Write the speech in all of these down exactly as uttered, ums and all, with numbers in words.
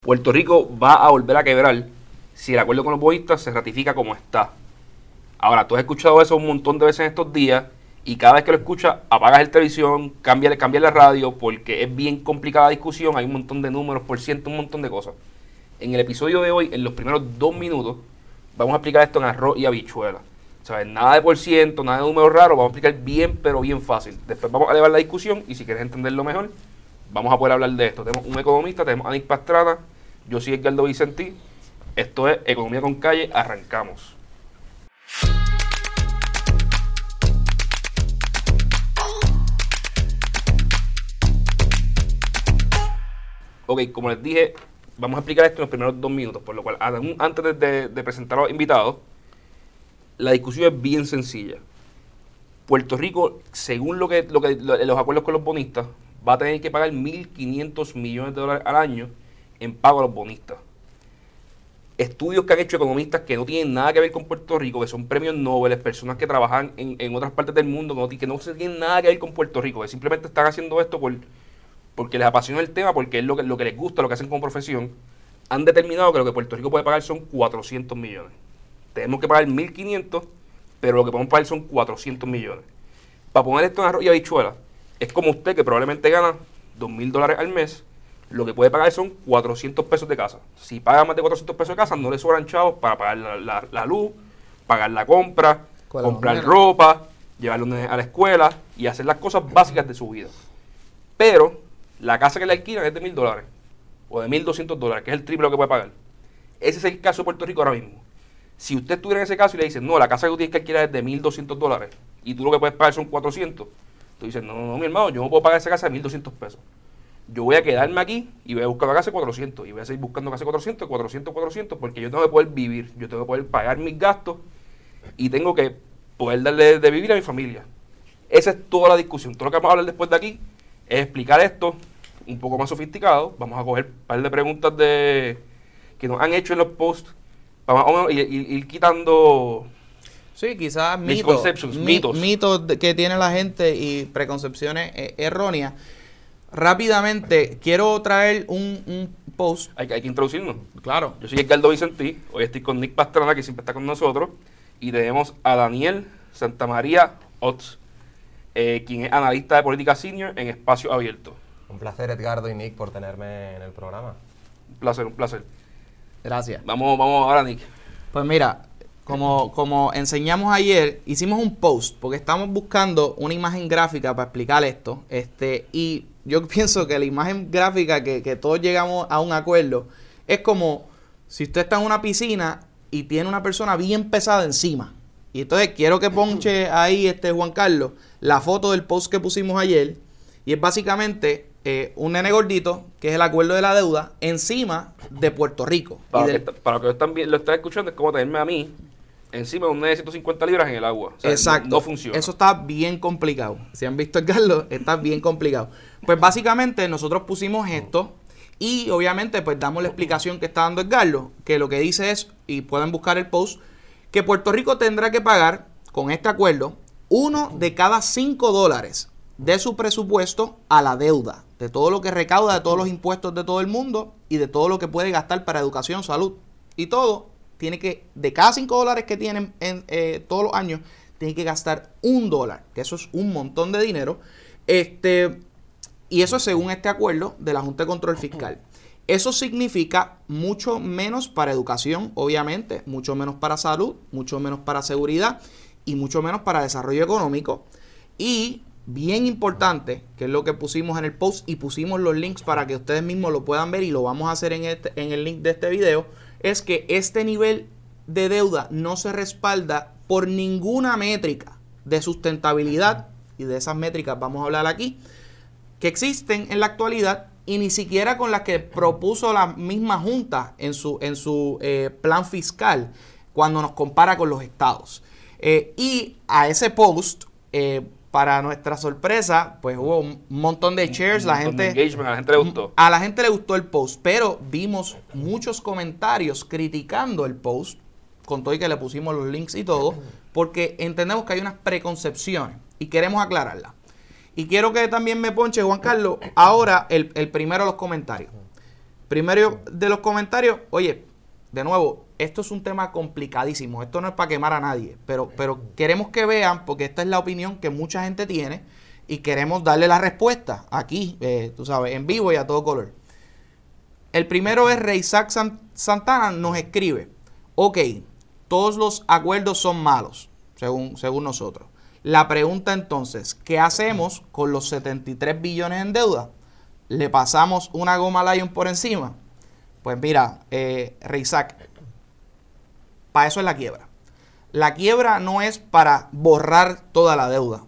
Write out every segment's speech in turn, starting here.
Puerto Rico va a volver a quebrar si el acuerdo con los bonistas se ratifica como está. Ahora, tú has escuchado eso un montón de veces en estos días y cada vez que lo escuchas apagas el televisión, cambias cambia la radio porque es bien complicada la discusión, hay un montón de números, por ciento, un montón de cosas. En el episodio de hoy, en los primeros dos minutos, vamos a explicar esto en arroz y habichuela. ¿Sabes? Nada de por ciento, nada de números raros, vamos a explicar bien, pero bien fácil. Después vamos a elevar la discusión y si quieres entenderlo mejor, vamos a poder hablar de esto. Tenemos un economista, tenemos a Nick Pastrana, yo soy Edgardo Vicentí. Esto es Economía con Calle, arrancamos. Ok, como les dije, vamos a explicar esto en los primeros dos minutos, por lo cual, antes de, de, de presentar a los invitados, la discusión es bien sencilla. Puerto Rico, según lo que, lo que los acuerdos con los bonistas, va a tener que pagar mil quinientos millones de dólares al año en pago a los bonistas. Estudios que han hecho economistas que no tienen nada que ver con Puerto Rico, que son premios Nobel, personas que trabajan en, en otras partes del mundo, que no, que no se tienen nada que ver con Puerto Rico, que simplemente están haciendo esto por, porque les apasiona el tema, porque es lo que, lo que les gusta, lo que hacen como profesión, han determinado que lo que Puerto Rico puede pagar son cuatrocientos millones. Tenemos que pagar mil quinientos, pero lo que podemos pagar son cuatrocientos millones. Para poner esto en arroz y habichuela, es como usted que probablemente gana dos mil dólares al mes, lo que puede pagar son cuatrocientos pesos de casa. Si paga más de cuatrocientos pesos de casa, no le sobran chavos para pagar la, la, la luz, pagar la compra, comprar ropa, llevarlo a la escuela y hacer las cosas básicas de su vida. Pero la casa que le alquilan es de mil dólares o de mil doscientos dólares, que es el triple lo que puede pagar. Ese es el caso de Puerto Rico ahora mismo. Si usted estuviera en ese caso y le dicen, no, la casa que tú tienes que alquilar es de mil doscientos dólares y tú lo que puedes pagar son cuatrocientos, tú dices, no, no, no, mi hermano, yo no puedo pagar esa casa de mil doscientos pesos. Yo voy a quedarme aquí y voy a buscar una casa de cuatrocientos y voy a seguir buscando casa de cuatrocientos, cuatrocientos, cuatrocientos, porque yo tengo que poder vivir, yo tengo que poder pagar mis gastos y tengo que poder darle de vivir a mi familia. Esa es toda la discusión. Todo lo que vamos a hablar después de aquí es explicar esto un poco más sofisticado. Vamos a coger un par de preguntas de que nos han hecho en los posts para ir, ir, ir quitando... Sí, quizás mitos, mitos. mitos que tiene la gente y preconcepciones eh, erróneas. Rápidamente, quiero traer un, un post. Hay, hay que introducirnos. Claro. Yo soy Edgardo Vicentí, hoy estoy con Nick Pastrana, que siempre está con nosotros, y tenemos a Daniel Santamaría Ots, eh, quien es analista de política senior en Espacio Abierto. Un placer, Edgardo y Nick, por tenerme en el programa. Un placer, un placer. Gracias. Vamos, vamos ahora, Nick. Pues mira, como, como enseñamos ayer, hicimos un post, porque estamos buscando una imagen gráfica para explicar esto, este, y yo pienso que la imagen gráfica que, que todos llegamos a un acuerdo es como si usted está en una piscina y tiene una persona bien pesada encima. Y entonces quiero que ponche ahí, este Juan Carlos, la foto del post que pusimos ayer. Y es básicamente eh, un nene gordito, que es el acuerdo de la deuda, encima de Puerto Rico. Para, y del... que, para que lo están, lo están escuchando, es como tenerme a mí encima de un nene de ciento cincuenta libras en el agua. O sea, exacto. No, no funciona. Eso está bien complicado. Si han visto el Carlos, está bien complicado. Pues básicamente nosotros pusimos esto y obviamente pues damos la explicación que está dando el Carlos, que lo que dice es, y pueden buscar el post, que Puerto Rico tendrá que pagar con este acuerdo uno de cada cinco dólares de su presupuesto a la deuda, de todo lo que recauda, de todos los impuestos de todo el mundo y de todo lo que puede gastar para educación, salud y todo. Tiene que, de cada cinco dólares que tienen en, eh, todos los años, tiene que gastar un dólar, que eso es un montón de dinero. Este, y eso es según este acuerdo de la Junta de Control Fiscal. Eso significa mucho menos para educación, obviamente, mucho menos para salud, mucho menos para seguridad y mucho menos para desarrollo económico. Y bien importante, que es lo que pusimos en el post y pusimos los links para que ustedes mismos lo puedan ver y lo vamos a hacer en, este, en el link de este video, es que este nivel de deuda no se respalda por ninguna métrica de sustentabilidad, y de esas métricas vamos a hablar aquí, que existen en la actualidad y ni siquiera con las que propuso la misma Junta en su, en su eh, plan fiscal cuando nos compara con los estados. Eh, y a ese post, eh, para nuestra sorpresa, pues hubo un montón de shares, la gente, engagement, a la gente le gustó. A la gente le gustó el post, pero vimos muchos comentarios criticando el post, con todo y que le pusimos los links y todo, porque entendemos que hay unas preconcepciones y queremos aclararlas. Y quiero que también me ponche, Juan Carlos, ahora el, el primero de los comentarios. primero de los comentarios, oye, de nuevo, esto es un tema complicadísimo, esto no es para quemar a nadie, pero, pero queremos que vean, porque esta es la opinión que mucha gente tiene, y queremos darle la respuesta aquí, eh, tú sabes, en vivo y a todo color. El primero es Reisac San- Santana, nos escribe, ok, todos los acuerdos son malos, según, según nosotros. La pregunta entonces, ¿qué hacemos con los setenta y tres billones en deuda? ¿Le pasamos una goma Lion por encima? Pues mira, eh, Reisac, para eso es la quiebra. La quiebra no es para borrar toda la deuda.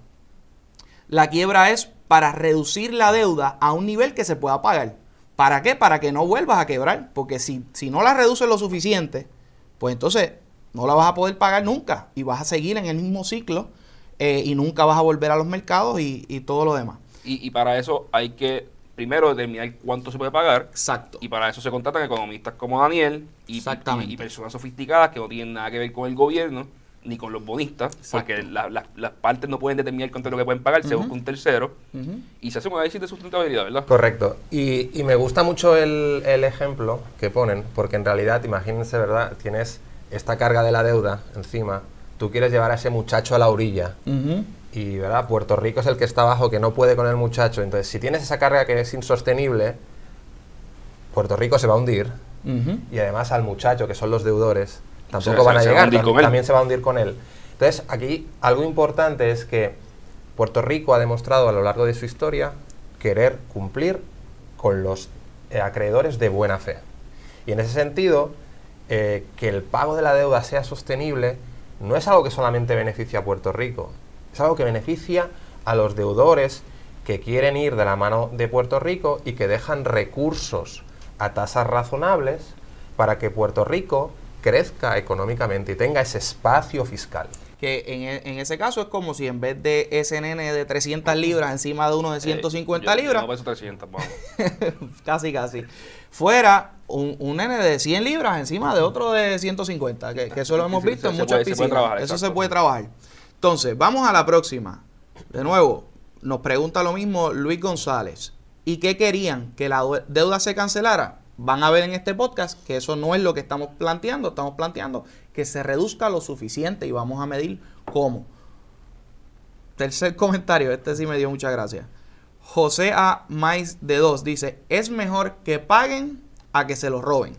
La quiebra es para reducir la deuda a un nivel que se pueda pagar. ¿Para qué? Para que no vuelvas a quebrar. Porque si, si no la reduces lo suficiente, pues entonces no la vas a poder pagar nunca. Y vas a seguir en el mismo ciclo eh, y nunca vas a volver a los mercados y, y todo lo demás. Y, y para eso hay que primero determinar cuánto se puede pagar. Exacto. Y para eso se contratan economistas como Daniel y, Exactamente. y, y personas sofisticadas que no tienen nada que ver con el gobierno ni con los bonistas, Exacto. porque la- la- las partes no pueden determinar cuánto es lo que pueden pagar, se Ujú. busca un tercero Ujú. y se hace un análisis de sustentabilidad, ¿verdad? Correcto. Y, y me gusta mucho el, el ejemplo que ponen, porque en realidad, imagínense, ¿verdad? Tienes esta carga de la deuda encima, tú quieres llevar a ese muchacho a la orilla, Ujú. y ¿verdad? Puerto Rico es el que está abajo, que no puede con el muchacho. Entonces, si tienes esa carga que es insostenible, Puerto Rico se va a hundir, Ujú. y además al muchacho, que son los deudores, tampoco Se- se- van a se va a llegar, hundir tam- con él. también se va a hundir con él. Entonces, aquí algo importante es que Puerto Rico ha demostrado a lo largo de su historia querer cumplir con los eh, acreedores de buena fe. Y en ese sentido, eh, que el pago de la deuda sea sostenible no es algo que solamente beneficia a Puerto Rico, es algo que beneficia a los deudores que quieren ir de la mano de Puerto Rico y que dejan recursos a tasas razonables para que Puerto Rico crezca económicamente y tenga ese espacio fiscal. Que en, e- en ese caso es como si en vez de ese nene de trescientas libras encima de uno de ciento cincuenta Eh, yo- libras, yo no peso trescientos, vamos. casi casi, fuera un, un nene de cien libras encima de otro de ciento cincuenta, que, que eso lo hemos Se- visto se- en se muchas puede- se puede piscinas. trabajar, Eso se exacto. puede trabajar. Entonces, vamos a la próxima. De nuevo, nos pregunta lo mismo Luis González. ¿Y qué querían? ¿Que la due- deuda se cancelara? Van a ver en este podcast que eso no es lo que estamos planteando. Estamos planteando que se reduzca lo suficiente y vamos a medir cómo. Tercer comentario, este sí me dio mucha gracia. José A. Mais de dos dice, es mejor que paguen a que se lo roben.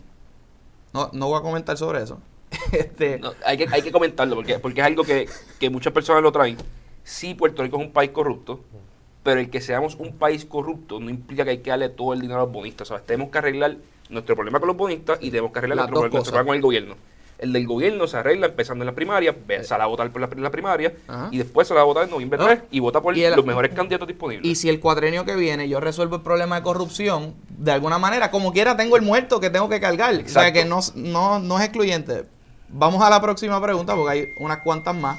No, no voy a comentar sobre eso. este, No, hay, que, hay que comentarlo porque, porque es algo que, que muchas personas lo traen. Sí, Puerto Rico es un país corrupto, pero el que seamos un país corrupto no implica que hay que darle todo el dinero a los bonistas. ¿Sabes? Tenemos que arreglar nuestro problema con los bonistas y tenemos que arreglar Las nuestro, dos nuestro cosas. problema con el gobierno. El del gobierno se arregla empezando en las primarias, ve- sale a votar por las la primarias Ajá. y después se va a votar en noviembre Ah. tres y vota por Y el- los mejores candidatos disponibles. Y si el cuatrenio que viene yo resuelvo el problema de corrupción, de alguna manera, como quiera, tengo el muerto que tengo que cargar. O sea Exacto. que no, no, no es excluyente. Vamos a la próxima pregunta porque hay unas cuantas más.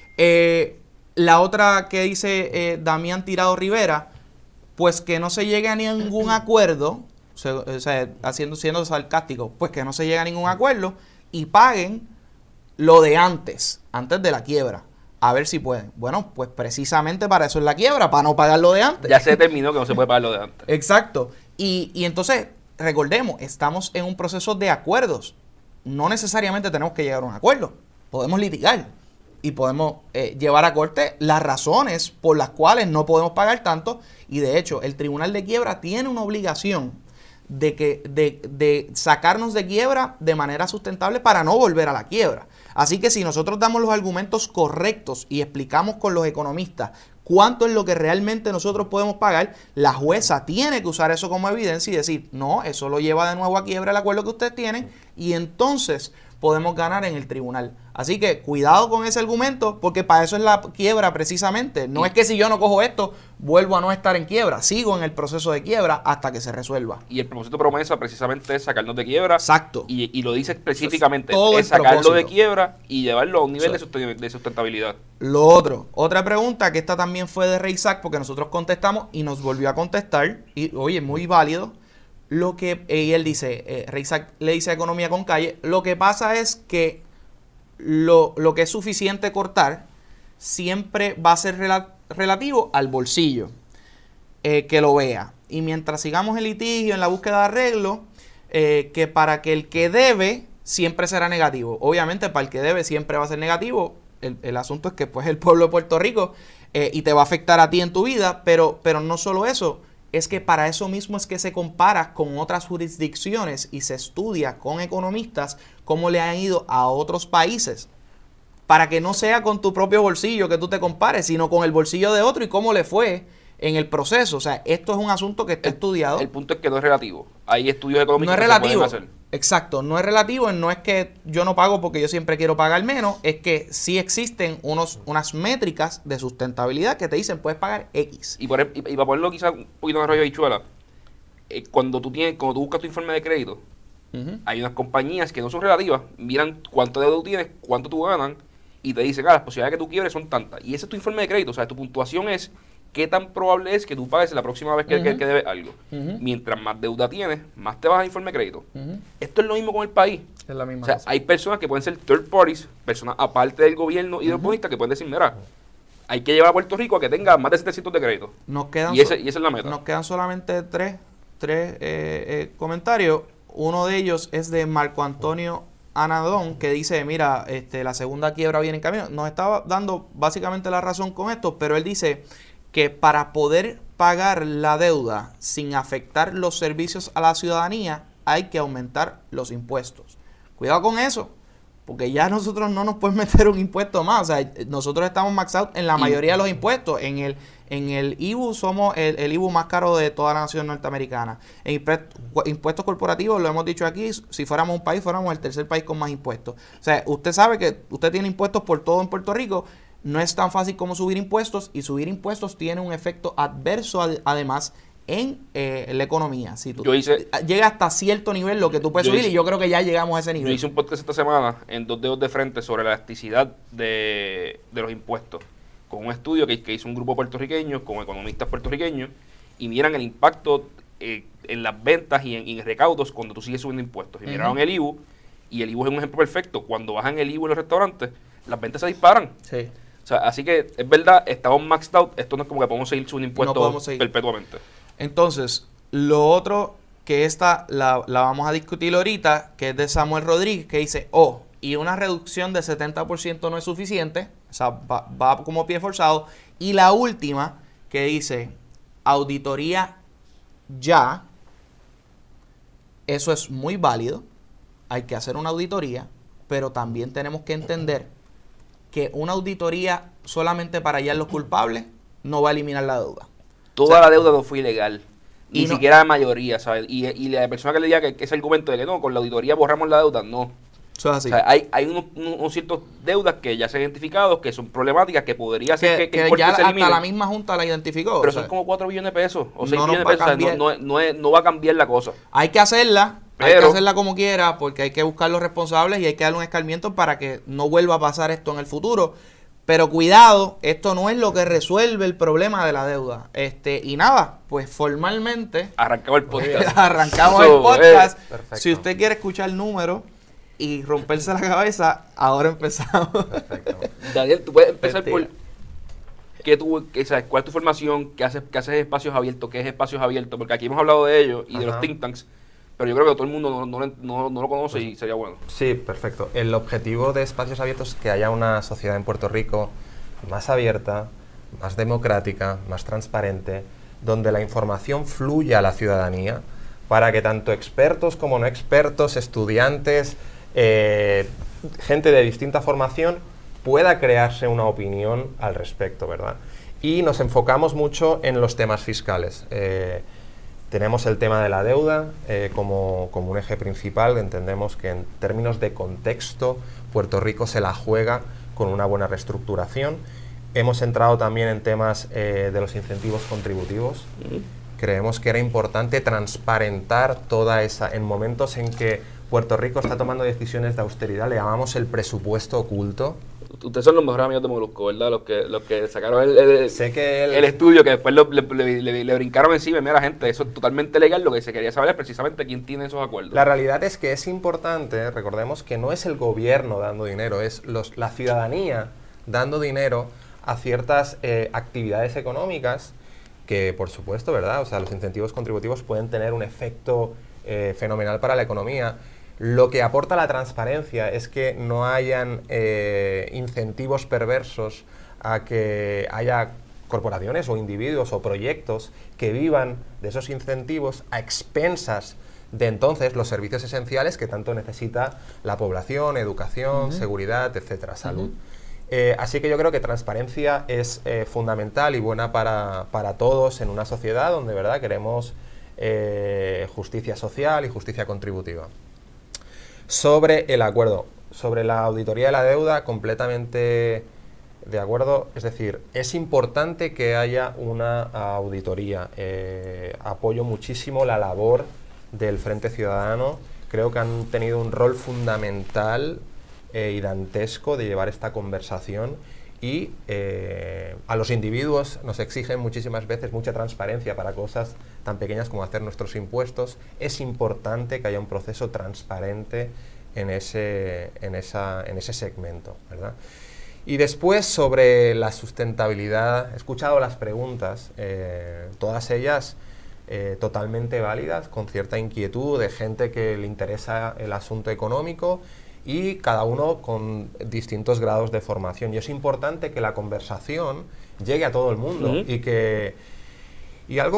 Eh, la otra que dice eh, Damián Tirado Rivera, pues que no se llegue a ningún acuerdo, se- o sea, haciendo, siendo sarcástico, pues que no se llegue a ningún acuerdo y paguen lo de antes, antes de la quiebra. A ver si pueden. Bueno, pues precisamente para eso es la quiebra, para no pagar lo de antes. Ya se determinó que no se puede pagar lo de antes. Exacto. Y, y entonces, recordemos, estamos en un proceso de acuerdos. No necesariamente tenemos que llegar a un acuerdo. Podemos litigar y podemos eh, llevar a corte las razones por las cuales no podemos pagar tanto. Y de hecho, el Tribunal de Quiebra tiene una obligación de, que, de, de sacarnos de quiebra de manera sustentable para no volver a la quiebra. Así que si nosotros damos los argumentos correctos y explicamos con los economistas cuánto es lo que realmente nosotros podemos pagar, la jueza tiene que usar eso como evidencia y decir, no, eso lo lleva de nuevo a quiebra el acuerdo que ustedes tienen y entonces podemos ganar en el tribunal. Así que cuidado con ese argumento porque para eso es la quiebra precisamente. No Y- es que si yo no cojo esto, vuelvo a no estar en quiebra. Sigo en el proceso de quiebra hasta que se resuelva. Y el propósito promesa precisamente es sacarnos de quiebra. Exacto. Y, y lo dice específicamente, Eso es todo es el sacarlo de propósito. quiebra y llevarlo a un nivel de, Eso susten- de sustentabilidad. Lo otro, otra pregunta que esta también fue de Reisac porque nosotros contestamos y nos volvió a contestar y oye, muy válido. Lo que y él dice, eh, Reisac le dice a Economía con Calle, lo que pasa es que lo, lo que es suficiente cortar siempre va a ser rela- relativo al bolsillo eh, que lo vea. Y mientras sigamos el litigio en la búsqueda de arreglo, eh, que para que el que debe siempre será negativo. Obviamente para el que debe siempre va a ser negativo. El, el asunto es que pues el pueblo de Puerto Rico eh, y te va a afectar a ti en tu vida, pero, pero no solo eso, es que para eso mismo es que se compara con otras jurisdicciones y se estudia con economistas cómo le han ido a otros países, para que no sea con tu propio bolsillo que tú te compares, sino con el bolsillo de otro y cómo le fue en el proceso. O sea, esto es un asunto que está el, estudiado. El punto es que no es relativo. Hay estudios económicos no es que relativo. se pueden hacer. Exacto, no es relativo, no es que yo no pago porque yo siempre quiero pagar menos, es que sí existen unos, unas métricas de sustentabilidad que te dicen puedes pagar X. Y, por, y, y para ponerlo quizás un poquito de rollo de bichuela, eh, cuando tú tienes, cuando tú buscas tu informe de crédito, uh-huh. hay unas compañías que no son relativas, miran cuánto deuda tú tienes, cuánto tú ganas, y te dicen, ah, las posibilidades que tú quiebres son tantas. Y ese es tu informe de crédito, o sea, tu puntuación es qué tan probable es que tú pagues la próxima vez que, uh-huh. que, que debes algo. Uh-huh. Mientras más deuda tienes, más te vas a informe de crédito. Uh-huh. Esto es lo mismo con el país. Es la misma o sea, cosa. Hay personas que pueden ser third parties, personas aparte del gobierno y de los uh-huh. bonistas que pueden decir, mira, hay que llevar a Puerto Rico a que tenga más de setecientos de crédito. Nos quedan y, ese, y esa es la meta. Nos quedan solamente tres, tres eh, eh, comentarios. Uno de ellos es de Marco Antonio Anadón, que dice, mira, este, la segunda quiebra viene en camino. Nos estaba dando básicamente la razón con esto, pero él dice que para poder pagar la deuda sin afectar los servicios a la ciudadanía, hay que aumentar los impuestos. Cuidado con eso, porque ya nosotros no nos pueden meter un impuesto más. O sea, nosotros estamos max out en la mayoría de los impuestos. En el en el I B U somos el, el I B U más caro de toda la nación norteamericana. En impuestos corporativos, lo hemos dicho aquí, si fuéramos un país, fuéramos el tercer país con más impuestos. O sea, usted sabe que usted tiene impuestos por todo en Puerto Rico. No es tan fácil como subir impuestos, y subir impuestos tiene un efecto adverso ad, además en eh, la economía. Si tú, yo hice, llega hasta cierto nivel lo que tú puedes subir, hice, y yo creo que ya llegamos a ese nivel. Yo hice un podcast esta semana en Dos Dedos de Frente sobre la elasticidad de, de los impuestos, con un estudio que, que hizo un grupo puertorriqueño, con economistas puertorriqueños, y miran el impacto eh, en las ventas y en, y en recaudos cuando tú sigues subiendo impuestos. Y uh-huh. miraron el I B U, y el I B U es un ejemplo perfecto. Cuando bajan el I B U en los restaurantes, las ventas se disparan. Sí. O sea, así que es verdad, estamos maxed out. Esto no es como que podemos seguir subiendo impuestos no perpetuamente. Entonces, lo otro que esta la, la vamos a discutir ahorita, que es de Samuel Rodríguez, que dice, oh, y una reducción de setenta por ciento no es suficiente, o sea, va, va como pie forzado. Y la última, que dice, auditoría ya, eso es muy válido, hay que hacer una auditoría, pero también tenemos que entender que una auditoría solamente para hallar los culpables no va a eliminar la deuda. Toda o sea, la deuda no fue ilegal, ni no, siquiera la mayoría, ¿sabes? Y, y la persona que le diga que, que ese argumento de que no, con la auditoría borramos la deuda, no. Eso es así. O sea, hay, hay unos, unos ciertos deudas que ya se han identificado, que son problemáticas, que podría ser que, que, que, que ya se hasta la misma Junta la identificó. Pero o sea, son como cuatro billones de pesos, o seis no billones de pesos, o sea, no, no, no, es, no va a cambiar la cosa. Hay que hacerla, pero, hay que hacerla como quiera, porque hay que buscar los responsables y hay que darle un escarmiento para que no vuelva a pasar esto en el futuro. Pero cuidado, esto no es lo que resuelve el problema de la deuda. Este, y nada, pues formalmente arrancamos el podcast. arrancamos Eso, el podcast. Eh, si usted quiere escuchar el número y romperse la cabeza, ahora empezamos. Perfecto. Daniel, tú puedes empezar por qué tú, qué, sabes, cuál es tu formación, qué haces, qué haces espacios abiertos, qué es espacios abiertos, porque aquí hemos hablado de ellos y Ajá. de los think tanks. Pero yo creo que todo el mundo no, no, no, no lo conoce y sería bueno. Sí, perfecto. El objetivo de Espacios Abiertos es que haya una sociedad en Puerto Rico más abierta, más democrática, más transparente, donde la información fluya a la ciudadanía para que tanto expertos como no expertos, estudiantes, eh, gente de distinta formación pueda crearse una opinión al respecto, ¿verdad? Y nos enfocamos mucho en los temas fiscales. Eh, Tenemos el tema de la deuda eh, como, como un eje principal. Entendemos que en términos de contexto, Puerto Rico se la juega con una buena reestructuración. Hemos entrado también en temas eh, de los incentivos contributivos. Uh-huh. Creemos que era importante transparentar toda esa... En momentos en que Puerto Rico está tomando decisiones de austeridad, le llamamos el presupuesto oculto. Ustedes son los mejores amigos de Molusco, ¿verdad? Los que, los que sacaron el, el, sé que él... el estudio, que después lo, le, le, le, le brincaron encima. Mira, gente, eso es totalmente legal. Lo que se quería saber es precisamente quién tiene esos acuerdos. La realidad es que es importante, recordemos que no es el gobierno dando dinero, es los, la ciudadanía dando dinero a ciertas eh, actividades económicas que, por supuesto, ¿verdad? O sea, los incentivos contributivos pueden tener un efecto eh, fenomenal para la economía. Lo que aporta la transparencia es que no hayan eh, incentivos perversos a que haya corporaciones o individuos o proyectos que vivan de esos incentivos a expensas de entonces los servicios esenciales que tanto necesita la población, educación, uh-huh. seguridad, etcétera, salud. Uh-huh. eh, así que yo creo que transparencia es eh, fundamental y buena para, para todos en una sociedad donde, ¿verdad?, queremos eh, justicia social y justicia contributiva. Sobre el acuerdo, sobre la auditoría de la deuda, completamente de acuerdo, es decir, es importante que haya una auditoría. Eh, apoyo muchísimo la labor del Frente Ciudadano, creo que han tenido un rol fundamental eh, y dantesco de llevar esta conversación y eh, a los individuos nos exigen muchísimas veces mucha transparencia para cosas tan pequeñas como hacer nuestros impuestos. Es importante que haya un proceso transparente en ese, en esa, en ese segmento, ¿verdad? Y después, sobre la sustentabilidad, he escuchado las preguntas, eh, todas ellas eh, totalmente válidas, con cierta inquietud de gente que le interesa el asunto económico y cada uno con distintos grados de formación. Y es importante que la conversación llegue a todo el mundo. Uh-huh. y que y algo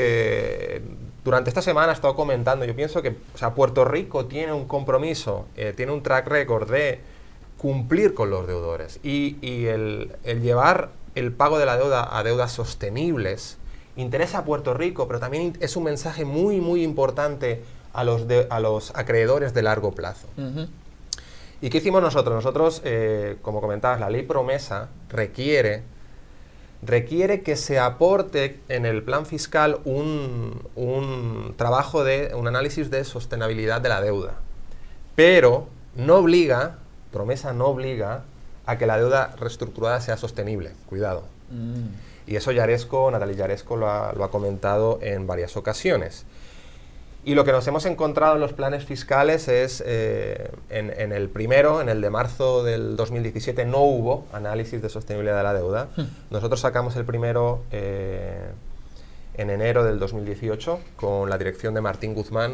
que durante esta semana he estado comentando, yo pienso que, o sea, Puerto Rico tiene un compromiso, eh, tiene un track record de cumplir con los deudores y, y el, el llevar el pago de la deuda a deudas sostenibles interesa a Puerto Rico, pero también es un mensaje muy, muy importante a los, de, a los acreedores de largo plazo. Uh-huh. ¿Y qué hicimos nosotros? Nosotros, eh, como comentabas, la ley promesa requiere, requiere que se aporte en el plan fiscal un, un trabajo de, un análisis de sostenibilidad de la deuda, pero no obliga, promesa no obliga a que la deuda reestructurada sea sostenible. Cuidado. Mm. Y eso Yaresco, Natalia Yaresco lo ha, lo ha comentado en varias ocasiones. Y lo que nos hemos encontrado en los planes fiscales es, eh, en, en el primero, en el de marzo del dos mil diecisiete, no hubo análisis de sostenibilidad de la deuda. Mm. Nosotros sacamos el primero eh, en enero del dos mil dieciocho con la dirección de Martín Guzmán,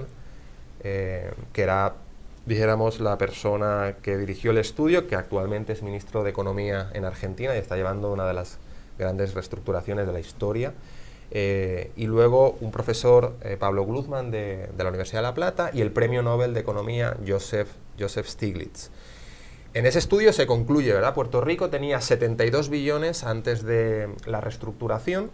eh, que era, dijéramos, la persona que dirigió el estudio, que actualmente es ministro de Economía en Argentina y está llevando una de las grandes reestructuraciones de la historia. Eh, y luego un profesor, eh, Pablo Gluzman, de, de la Universidad de La Plata, y el premio Nobel de Economía, Joseph, Joseph Stiglitz. En ese estudio se concluye, ¿verdad? Puerto Rico tenía setenta y dos billones antes de la reestructuración,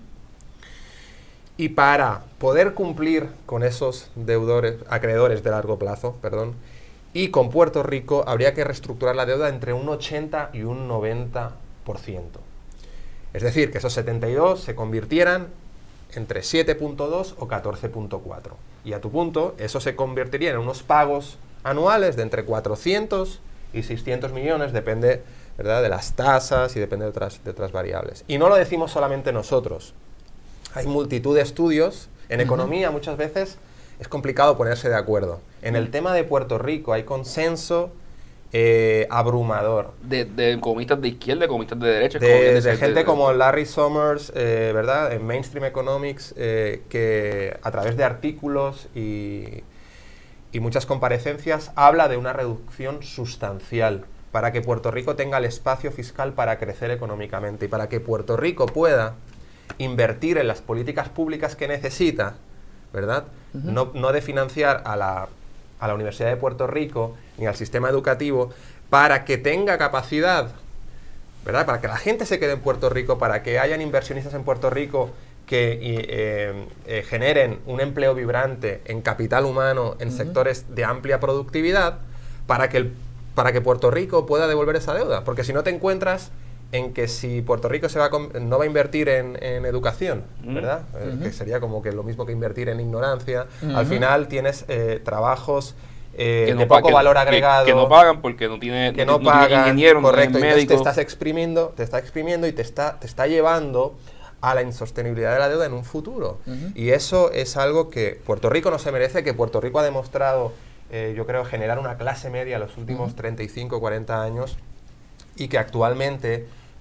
y para poder cumplir con esos deudores, acreedores de largo plazo, perdón, y con Puerto Rico habría que reestructurar la deuda entre un ochenta y un noventa por ciento. Es decir, que esos setenta y dos se convirtieran entre siete punto dos o catorce punto cuatro. Y a tu punto, eso se convertiría en unos pagos anuales de entre cuatrocientos y seiscientos millones, depende, ¿verdad?, de las tasas y depende de otras, de otras variables. Y no lo decimos solamente nosotros. Hay multitud de estudios. En uh-huh. economía muchas veces es complicado ponerse de acuerdo. En el tema de Puerto Rico hay consenso eh, abrumador. De, de economistas de izquierda, economistas de derecha. De, de, de gente de, como Larry Summers, eh, ¿verdad?, en Mainstream Economics, eh, que a través de artículos y, y muchas comparecencias habla de una reducción sustancial para que Puerto Rico tenga el espacio fiscal para crecer económicamente y para que Puerto Rico pueda invertir en las políticas públicas que necesita, ¿verdad? Uh-huh. No, no de financiar a la, a la Universidad de Puerto Rico ni al sistema educativo para que tenga capacidad, ¿verdad? Para que la gente se quede en Puerto Rico, para que hayan inversionistas en Puerto Rico que eh, eh, generen un empleo vibrante en capital humano, en uh-huh. sectores de amplia productividad, para que, el, para que Puerto Rico pueda devolver esa deuda. Porque si no te encuentras en que si Puerto Rico se va a no va a invertir en, en educación, ¿verdad? Uh-huh. Eh, que sería como que lo mismo que invertir en ignorancia. Uh-huh. Al final tienes eh, trabajos eh, que no de poco que, valor agregado. Que, que no pagan porque no tiene que no, no pagan, tiene ingeniero, correcto, no tiene entonces médico. te estás exprimiendo, te está exprimiendo y te está, te está llevando a la insostenibilidad de la deuda en un futuro. Uh-huh. Y eso es algo que Puerto Rico no se merece, que Puerto Rico ha demostrado, eh, yo creo, generar una clase media en los últimos uh-huh. treinta y cinco, cuarenta años y que actualmente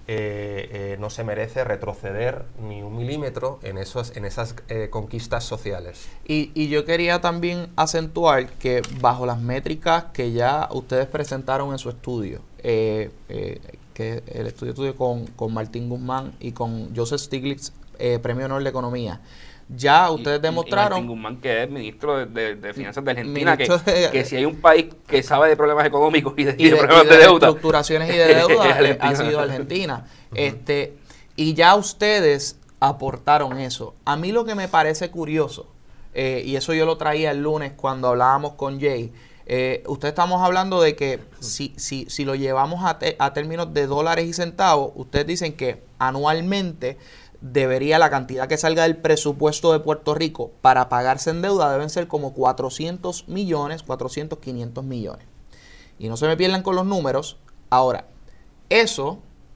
eh, eh, no se merece retroceder ni un milímetro en, esos, en esas eh, conquistas sociales. Y, y yo quería también acentuar que bajo las métricas que ya ustedes presentaron en su estudio, eh, eh, que el estudio estudio con, con Martín Guzmán y con Joseph Stiglitz, eh, Premio Nobel de Economía, ya ustedes y, demostraron... Y Martín Guzmán, que es ministro de, de, de Finanzas de Argentina, que, de, que si hay un país que sabe de problemas económicos y de, y de, y de problemas y de, de deuda, reestructuraciones y de deuda eh, ha sido Argentina. Uh-huh. este Y ya ustedes aportaron eso. A mí lo que me parece curioso, eh, y eso yo lo traía el lunes cuando hablábamos con Jay, eh, ustedes estamos hablando de que si, si, si lo llevamos a, te, a términos de dólares y centavos, ustedes dicen que anualmente debería la cantidad que salga del presupuesto de Puerto Rico para pagarse en deuda deben ser como cuatrocientos millones, cuatrocientos, quinientos millones. Y no se me pierdan con los números. Ahora, eso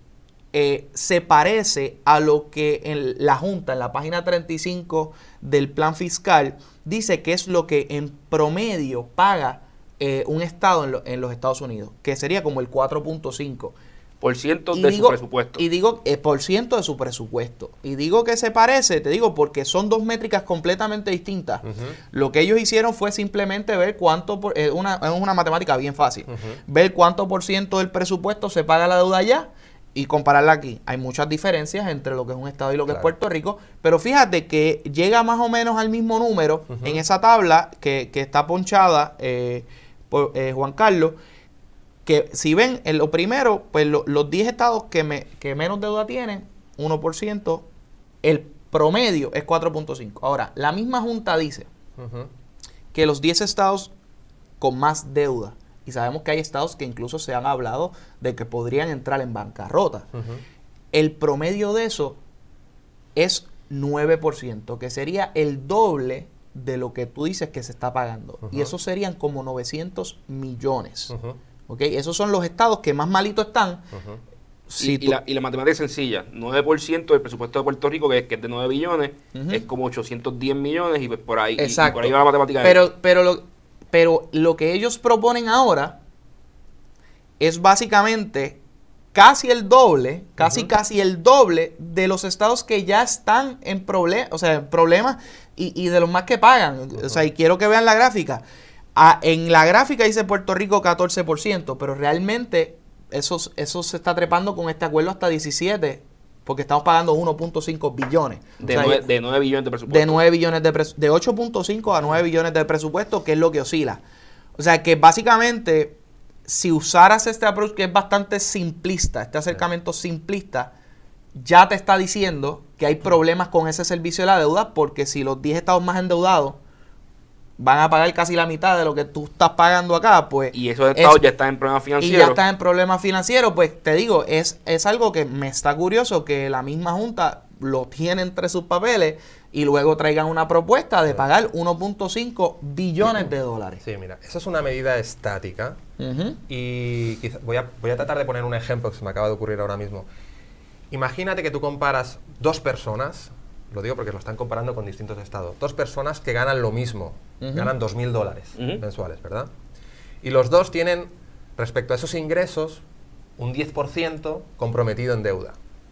eh, se parece a lo que en la Junta, en la página treinta y cinco del plan fiscal, dice que es lo que en promedio paga eh, un estado en, lo, en los Estados Unidos, que sería como el cuatro punto cinco por ciento y de digo, su presupuesto. Y digo, eh, por ciento de su presupuesto. Y digo que se parece, te digo, porque son dos métricas completamente distintas. Uh-huh. Lo que ellos hicieron fue simplemente ver cuánto, por, eh, una, es una matemática bien fácil, uh-huh. ver cuánto por ciento del presupuesto se paga la deuda allá y compararla aquí. Hay muchas diferencias entre lo que es un estado y lo que claro. es Puerto Rico, pero fíjate que llega más o menos al mismo número uh-huh. en esa tabla que, que está ponchada eh, por eh, Juan Carlos, que si ven en lo primero, pues lo, los diez estados que, me, que menos deuda tienen, uno por ciento, el promedio es cuatro punto cinco. Ahora, la misma Junta dice uh-huh. que los diez estados con más deuda, y sabemos que hay estados que incluso se han hablado de que podrían entrar en bancarrota, uh-huh. el promedio de eso es nueve por ciento, que sería el doble de lo que tú dices que se está pagando. Uh-huh. Y eso serían como novecientos millones. Uh-huh. ¿Okay? Esos son los estados que más malitos están. Uh-huh. si y, y, la, y la matemática es sencilla. nueve por ciento del presupuesto de Puerto Rico, que es, que es de nueve billones, uh-huh. es como ochocientos diez millones y pues por ahí, y, y por ahí va la matemática. Pero, pero, lo, pero lo que ellos proponen ahora es básicamente casi el doble, casi uh-huh. casi el doble de los estados que ya están en problemas, o sea, en problemas y, y de los más que pagan. Uh-huh. O sea, y quiero que vean la gráfica. Ah, en la gráfica dice Puerto Rico catorce por ciento, pero realmente eso, eso se está trepando con este acuerdo hasta diecisiete, porque estamos pagando uno punto cinco billones. De, o sea, nueve, de nueve billones de presupuesto. De nueve billones de presupuesto. De ocho punto cinco a nueve billones de presupuesto, que es lo que oscila. O sea que básicamente, si usaras este approach que es bastante simplista, este acercamiento simplista, ya te está diciendo que hay problemas con ese servicio de la deuda, porque si los diez estados más endeudados van a pagar casi la mitad de lo que tú estás pagando acá, pues... Y esos estados es, ya están en problemas financieros. Y ya están en problemas financieros, pues te digo, es, es algo que me está curioso que la misma Junta lo tiene entre sus papeles y luego traigan una propuesta de pagar uno punto cinco billones de dólares. Sí, mira, esa es una medida estática uh-huh. y quizá, voy, a, voy a tratar de poner un ejemplo que se me acaba de ocurrir ahora mismo. Imagínate que tú comparas dos personas... Lo digo porque lo están comparando con distintos estados. Dos personas que ganan lo mismo, uh-huh. ganan dos mil dólares uh-huh. mensuales, ¿verdad? Y los dos tienen, respecto a esos ingresos, un diez por ciento comprometido en deuda.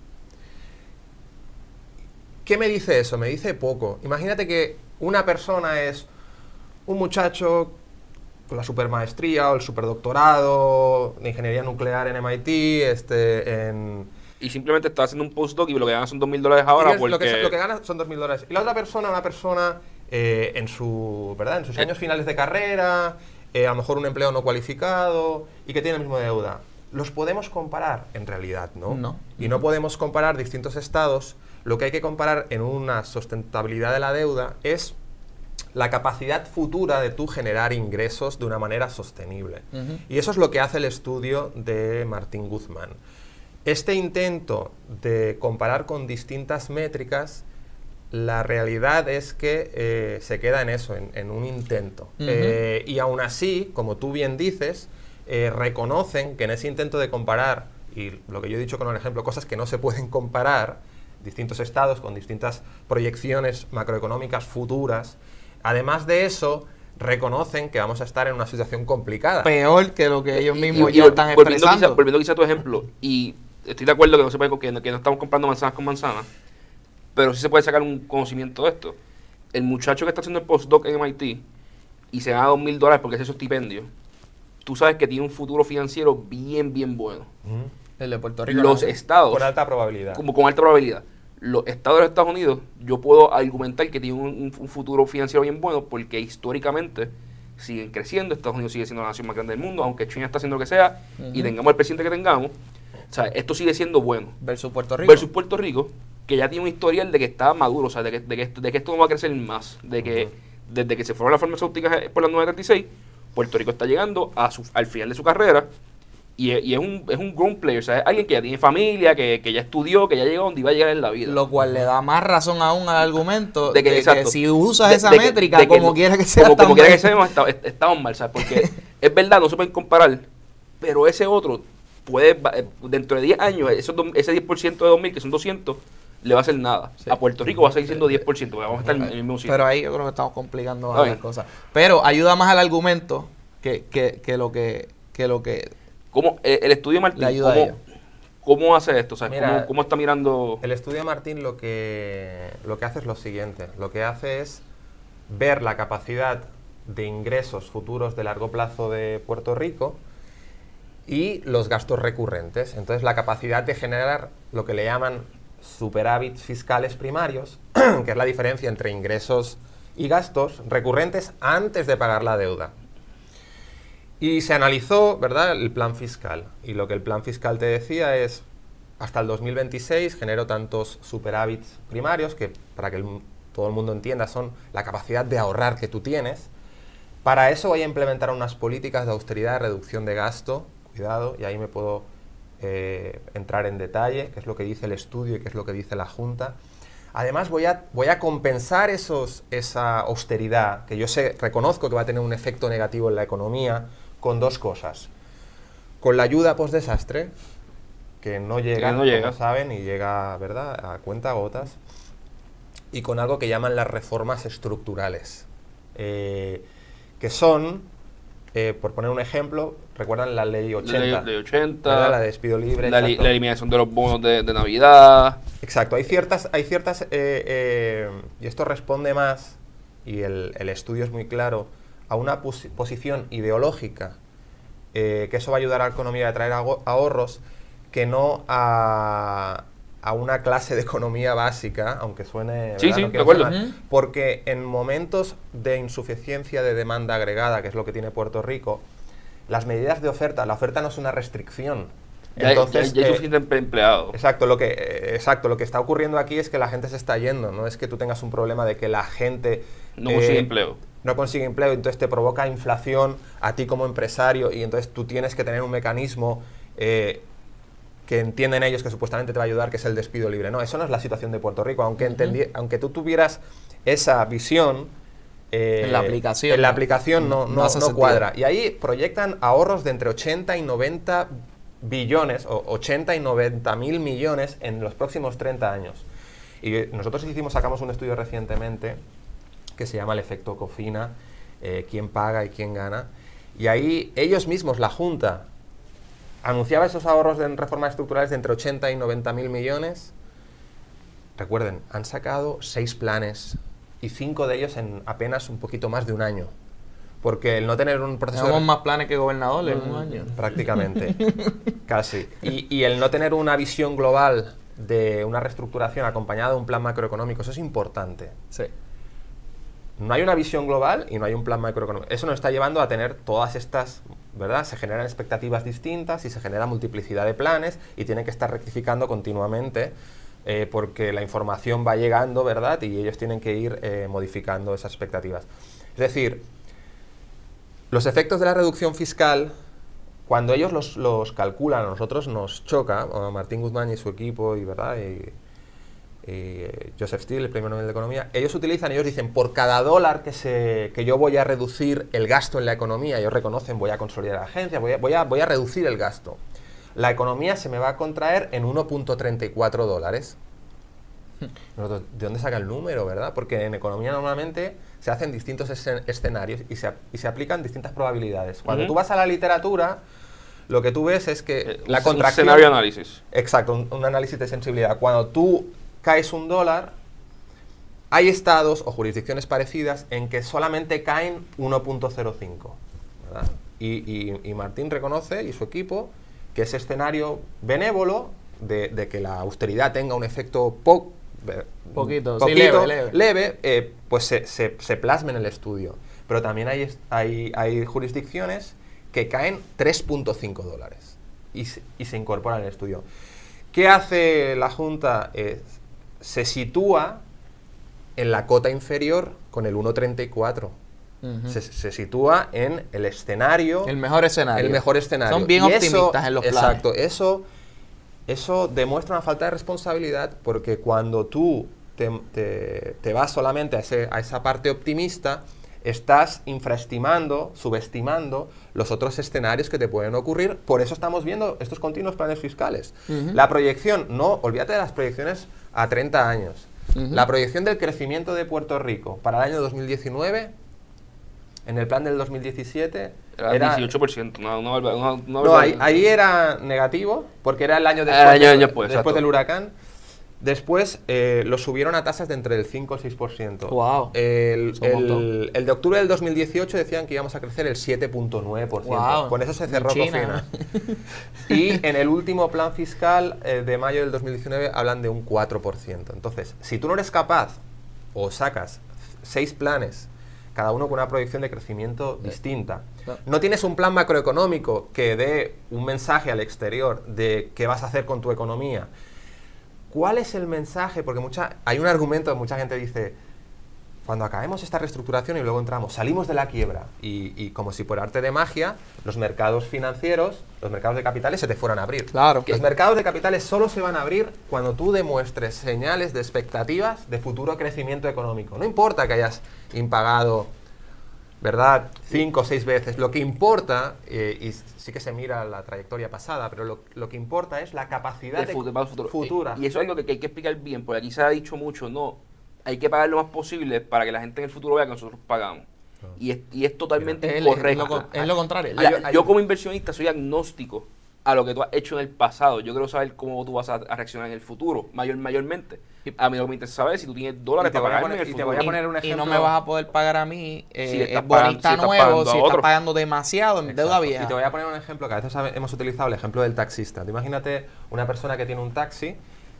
¿Qué me dice eso? Me dice poco. Imagínate que una persona es un muchacho con la supermaestría o el superdoctorado de ingeniería nuclear en M I T, este, en... Y simplemente está haciendo un postdoc y lo que gana son dos mil dólares ahora porque... Lo que, lo que gana son dos mil dólares. Y la otra persona, una persona eh, en, su, ¿verdad? en sus años finales de carrera, eh, a lo mejor un empleo no cualificado y que tiene la misma deuda. ¿Los podemos comparar? En realidad, ¿no? No. Y no podemos comparar distintos estados. Lo que hay que comparar en una sustentabilidad de la deuda es la capacidad futura de tú generar ingresos de una manera sostenible. Uh-huh. Y eso es lo que hace el estudio de Martín Guzmán. Este intento de comparar con distintas métricas, la realidad es que eh, se queda en eso, en, en un intento. Uh-huh. eh, y aún así, como tú bien dices, eh, reconocen que en ese intento de comparar, y lo que yo he dicho con el ejemplo, cosas que no se pueden comparar, distintos estados con distintas proyecciones macroeconómicas futuras, además de eso, reconocen que vamos a estar en una situación complicada. Peor que lo que ellos mismos y, y, ya están volviendo expresando. Quizá, volviendo quizá a tu ejemplo, y estoy de acuerdo que no se puede, que no, que no estamos comprando manzanas con manzanas, pero sí se puede sacar un conocimiento de esto. El muchacho que está haciendo el postdoc en M I T y se gana dos mil dólares porque es su estipendio, tú sabes que tiene un futuro financiero bien, bien bueno. Ujú. El de Puerto Rico. Los ¿no? estados, Con alta probabilidad. como con alta probabilidad, los estados de los Estados Unidos, yo puedo argumentar que tienen un, un- un futuro financiero bien bueno porque históricamente siguen creciendo. Estados Unidos sigue siendo la nación más grande del mundo, aunque China está haciendo lo que sea y Ujú. tengamos el presidente que tengamos. O sea, esto sigue siendo bueno. Versus Puerto Rico. Versus Puerto Rico, que ya tiene un historial de que está maduro, o sea, de que, de que, esto, de que esto no va a crecer más. De que Ujú. desde que se fueron las farmacéuticas por las nueve treinta y seis, Puerto Rico está llegando a su, al final de su carrera y, es- y es un es un grown player, o sea, es alguien que ya tiene familia, que, que ya estudió, que ya llegó donde iba a llegar en la vida. Lo cual le da más razón aún al argumento De de que, que, exacto. si usas De- esa de que- métrica de que como no- quiera que sea, como, como quiera que también- sea, está- est- estamos mal, ¿sabes? Porque es verdad, no se pueden comparar, pero ese otro puede, va- eh, dentro de diez años, esos dos- ese diez por ciento de dos mil, que son doscientos, le va a hacer nada. Sí. A Puerto Rico va a seguir siendo diez por ciento, porque vamos a estar en el mismo sitio. Pero ahí yo creo que estamos complicando más Está las bien. cosas. Pero ayuda más al argumento que, que, que lo que que lo que ¿Cómo, eh, el estudio de Martín, Le ayuda a ¿cómo, ellos. cómo hace esto? O sea, Mira, ¿cómo, cómo está mirando? El estudio de Martín lo que, lo que hace es lo siguiente. Lo que hace es ver la capacidad de ingresos futuros de largo plazo de Puerto Rico y los gastos recurrentes. Entonces, la capacidad de generar lo que le llaman superávits fiscales primarios, que es la diferencia entre ingresos y gastos recurrentes antes de pagar la deuda. Y se analizó, ¿verdad?, el plan fiscal. Y lo que el plan fiscal te decía es, hasta el dos mil veintiséis genero tantos superávits primarios, que para que el mu- todo el mundo entienda son la capacidad de ahorrar que tú tienes. Para eso voy a implementar unas políticas de austeridad, reducción de gasto, cuidado, y ahí me puedo eh, entrar en detalle, qué es lo que dice el estudio y qué es lo que dice la Junta. Además voy a, voy a compensar esos, esa austeridad, que yo sé, reconozco que va a tener un efecto negativo en la economía, con dos cosas. Con la ayuda post-desastre, que no llega, no llega. como saben, y llega, ¿verdad?, a cuentagotas, y con algo que llaman las reformas estructurales, eh, que son, eh, por poner un ejemplo, ¿recuerdan la ley ochenta? La ley, ley ochenta, ¿verdad? La de despido libre. la, li- exacto. la eliminación de los bonos de, de Navidad. Exacto, hay ciertas, hay ciertas eh, eh, y esto responde más, y el, el estudio es muy claro, a una posi- posición ideológica, eh, que eso va a ayudar a la economía a traer ago- ahorros, que no a, a una clase de economía básica, aunque suene... Sí, ¿verdad? sí, No de quiero acuerdo. sonar, Ujú. porque en momentos de insuficiencia de demanda agregada, que es lo que tiene Puerto Rico, las medidas de oferta, la oferta no es una restricción. Ya, Entonces, ya, ya hay eh, suficiente emple- empleado. Exacto, lo que eh, exacto, lo que está ocurriendo aquí es que la gente se está yendo, no es que tú tengas un problema de que la gente No eh, consigue empleo. no consigue empleo, entonces te provoca inflación a ti como empresario y entonces tú tienes que tener un mecanismo eh, que entienden ellos que supuestamente te va a ayudar, que es el despido libre. No, eso no es la situación de Puerto Rico, aunque entendi- aunque tú tuvieras esa visión eh, En la aplicación, en la no. aplicación no, No no, hace no sentido. cuadra. Y ahí proyectan ahorros de entre ochenta y noventa billones o ochenta y noventa mil millones en los próximos treinta años. Y eh, nosotros hicimos, sacamos un estudio recientemente que se llama el efecto Cofina, eh, quién paga y quién gana. Y ahí ellos mismos, la Junta, anunciaba esos ahorros en reformas estructurales de entre ochenta y noventa mil millones. Recuerden, han sacado seis planes y cinco de ellos en apenas un poquito más de un año. Porque el no tener un proceso... de- Tenemos más planes que gobernador en un año. Prácticamente, casi. Y, y el no tener una visión global de una reestructuración acompañada de un plan macroeconómico, eso es importante. Sí. No hay una visión global y no hay un plan macroeconómico. Eso nos está llevando a tener todas estas, ¿verdad? Se generan expectativas distintas y se genera multiplicidad de planes y tienen que estar rectificando continuamente eh, porque la información va llegando, ¿verdad? Y ellos tienen que ir eh, modificando esas expectativas. Es decir, los efectos de la reducción fiscal, cuando ellos los, los calculan, a nosotros nos choca, a Martín Guzmán y su equipo, y, ¿verdad? Y, y Joseph Stiglitz, el premio Nobel de Economía, ellos utilizan, ellos dicen, por cada dólar que, se, que yo voy a reducir el gasto en la economía, ellos reconocen, voy a consolidar la agencia, voy a, voy a, voy a reducir el gasto. La economía se me va a contraer en uno punto treinta y cuatro dólares. Nosotros, ¿de dónde saca el número, verdad? Porque en economía normalmente se hacen distintos escen- escenarios y se, ap- y se aplican distintas probabilidades. Cuando Ujú. tú vas a la literatura, lo que tú ves es que Eh, la un contracción... escenario de análisis. Exacto, un, un análisis de sensibilidad. Cuando tú caes un dólar, hay estados o jurisdicciones parecidas en que solamente caen uno punto cero cinco, ¿verdad? Y, y, y Martín reconoce, y su equipo, que ese escenario benévolo de, de que la austeridad tenga un efecto po Poquito, poquito sí, leve, leve. leve, eh, pues se, se, se plasma en el estudio. Pero también hay, hay, hay jurisdicciones que caen tres punto cinco dólares y se, y se incorporan al estudio. ¿Qué hace la Junta? Eh, se sitúa en la cota inferior con el uno punto treinta y cuatro. Uh-huh. se, se sitúa en el escenario. El mejor escenario. El mejor escenario. Son bien y optimistas eso, en los planes. Exacto. Eso, eso demuestra una falta de responsabilidad porque cuando tú te, te, te vas solamente a, ese, a esa parte optimista, estás infraestimando, subestimando los otros escenarios que te pueden ocurrir. Por eso estamos viendo estos continuos planes fiscales. Uh-huh. La proyección, no, olvídate de las proyecciones a treinta años. Uh-huh. La proyección del crecimiento de Puerto Rico para el año dos mil diecinueve, en el plan del dos mil diecisiete... Era, era dieciocho por ciento. No, no, no, no, no ahí, ahí era negativo, porque era el año después, año, de, año después, después del huracán. Después eh, lo subieron a tasas de entre el cinco y el seis por ciento. Wow. El, el, el de octubre del dos mil dieciocho decían que íbamos a crecer el siete punto nueve por ciento. Wow. Con eso se cerró Cofina. Y en el último plan fiscal eh, de mayo del dos mil diecinueve hablan de un cuatro por ciento. Entonces, si tú no eres capaz o sacas seis planes, cada uno con una proyección de crecimiento sí. distinta, no tienes un plan macroeconómico que dé un mensaje al exterior de qué vas a hacer con tu economía, ¿cuál es el mensaje? Porque mucha, hay un argumento, mucha gente dice, cuando acabemos esta reestructuración y luego entramos, salimos de la quiebra y, y como si por arte de magia, los mercados financieros, los mercados de capitales se te fueran a abrir. Claro. Los mercados de capitales solo se van a abrir cuando tú demuestres señales de expectativas de futuro crecimiento económico. No importa que hayas impagado, ¿verdad?, cinco o seis veces. Lo que importa, eh, y sí que se mira la trayectoria pasada, pero lo, lo que importa es la capacidad de, de futuro, futuro. futura. Y eso es algo que, que hay que explicar bien, porque aquí se ha dicho mucho, no, hay que pagar lo más posible para que la gente en el futuro vea que nosotros pagamos. No. Y, es, y es totalmente Mira, incorrecto. Es lo, es lo contrario. La, hay, hay, yo como inversionista soy agnóstico a lo que tú has hecho en el pasado. Yo quiero saber cómo tú vas a, a reaccionar en el futuro, mayor, mayormente. A mí lo que me interesa saber si tú tienes dólares para pagarme poner, en el y futuro. Te voy a poner un ejemplo. Y no me vas a poder pagar a mí eh, si es bonista pagando, nuevo, si si estás estás pagando demasiado en Exacto. deuda vieja. Y te voy a poner un ejemplo que a veces hemos utilizado, el ejemplo del taxista. Tú imagínate una persona que tiene un taxi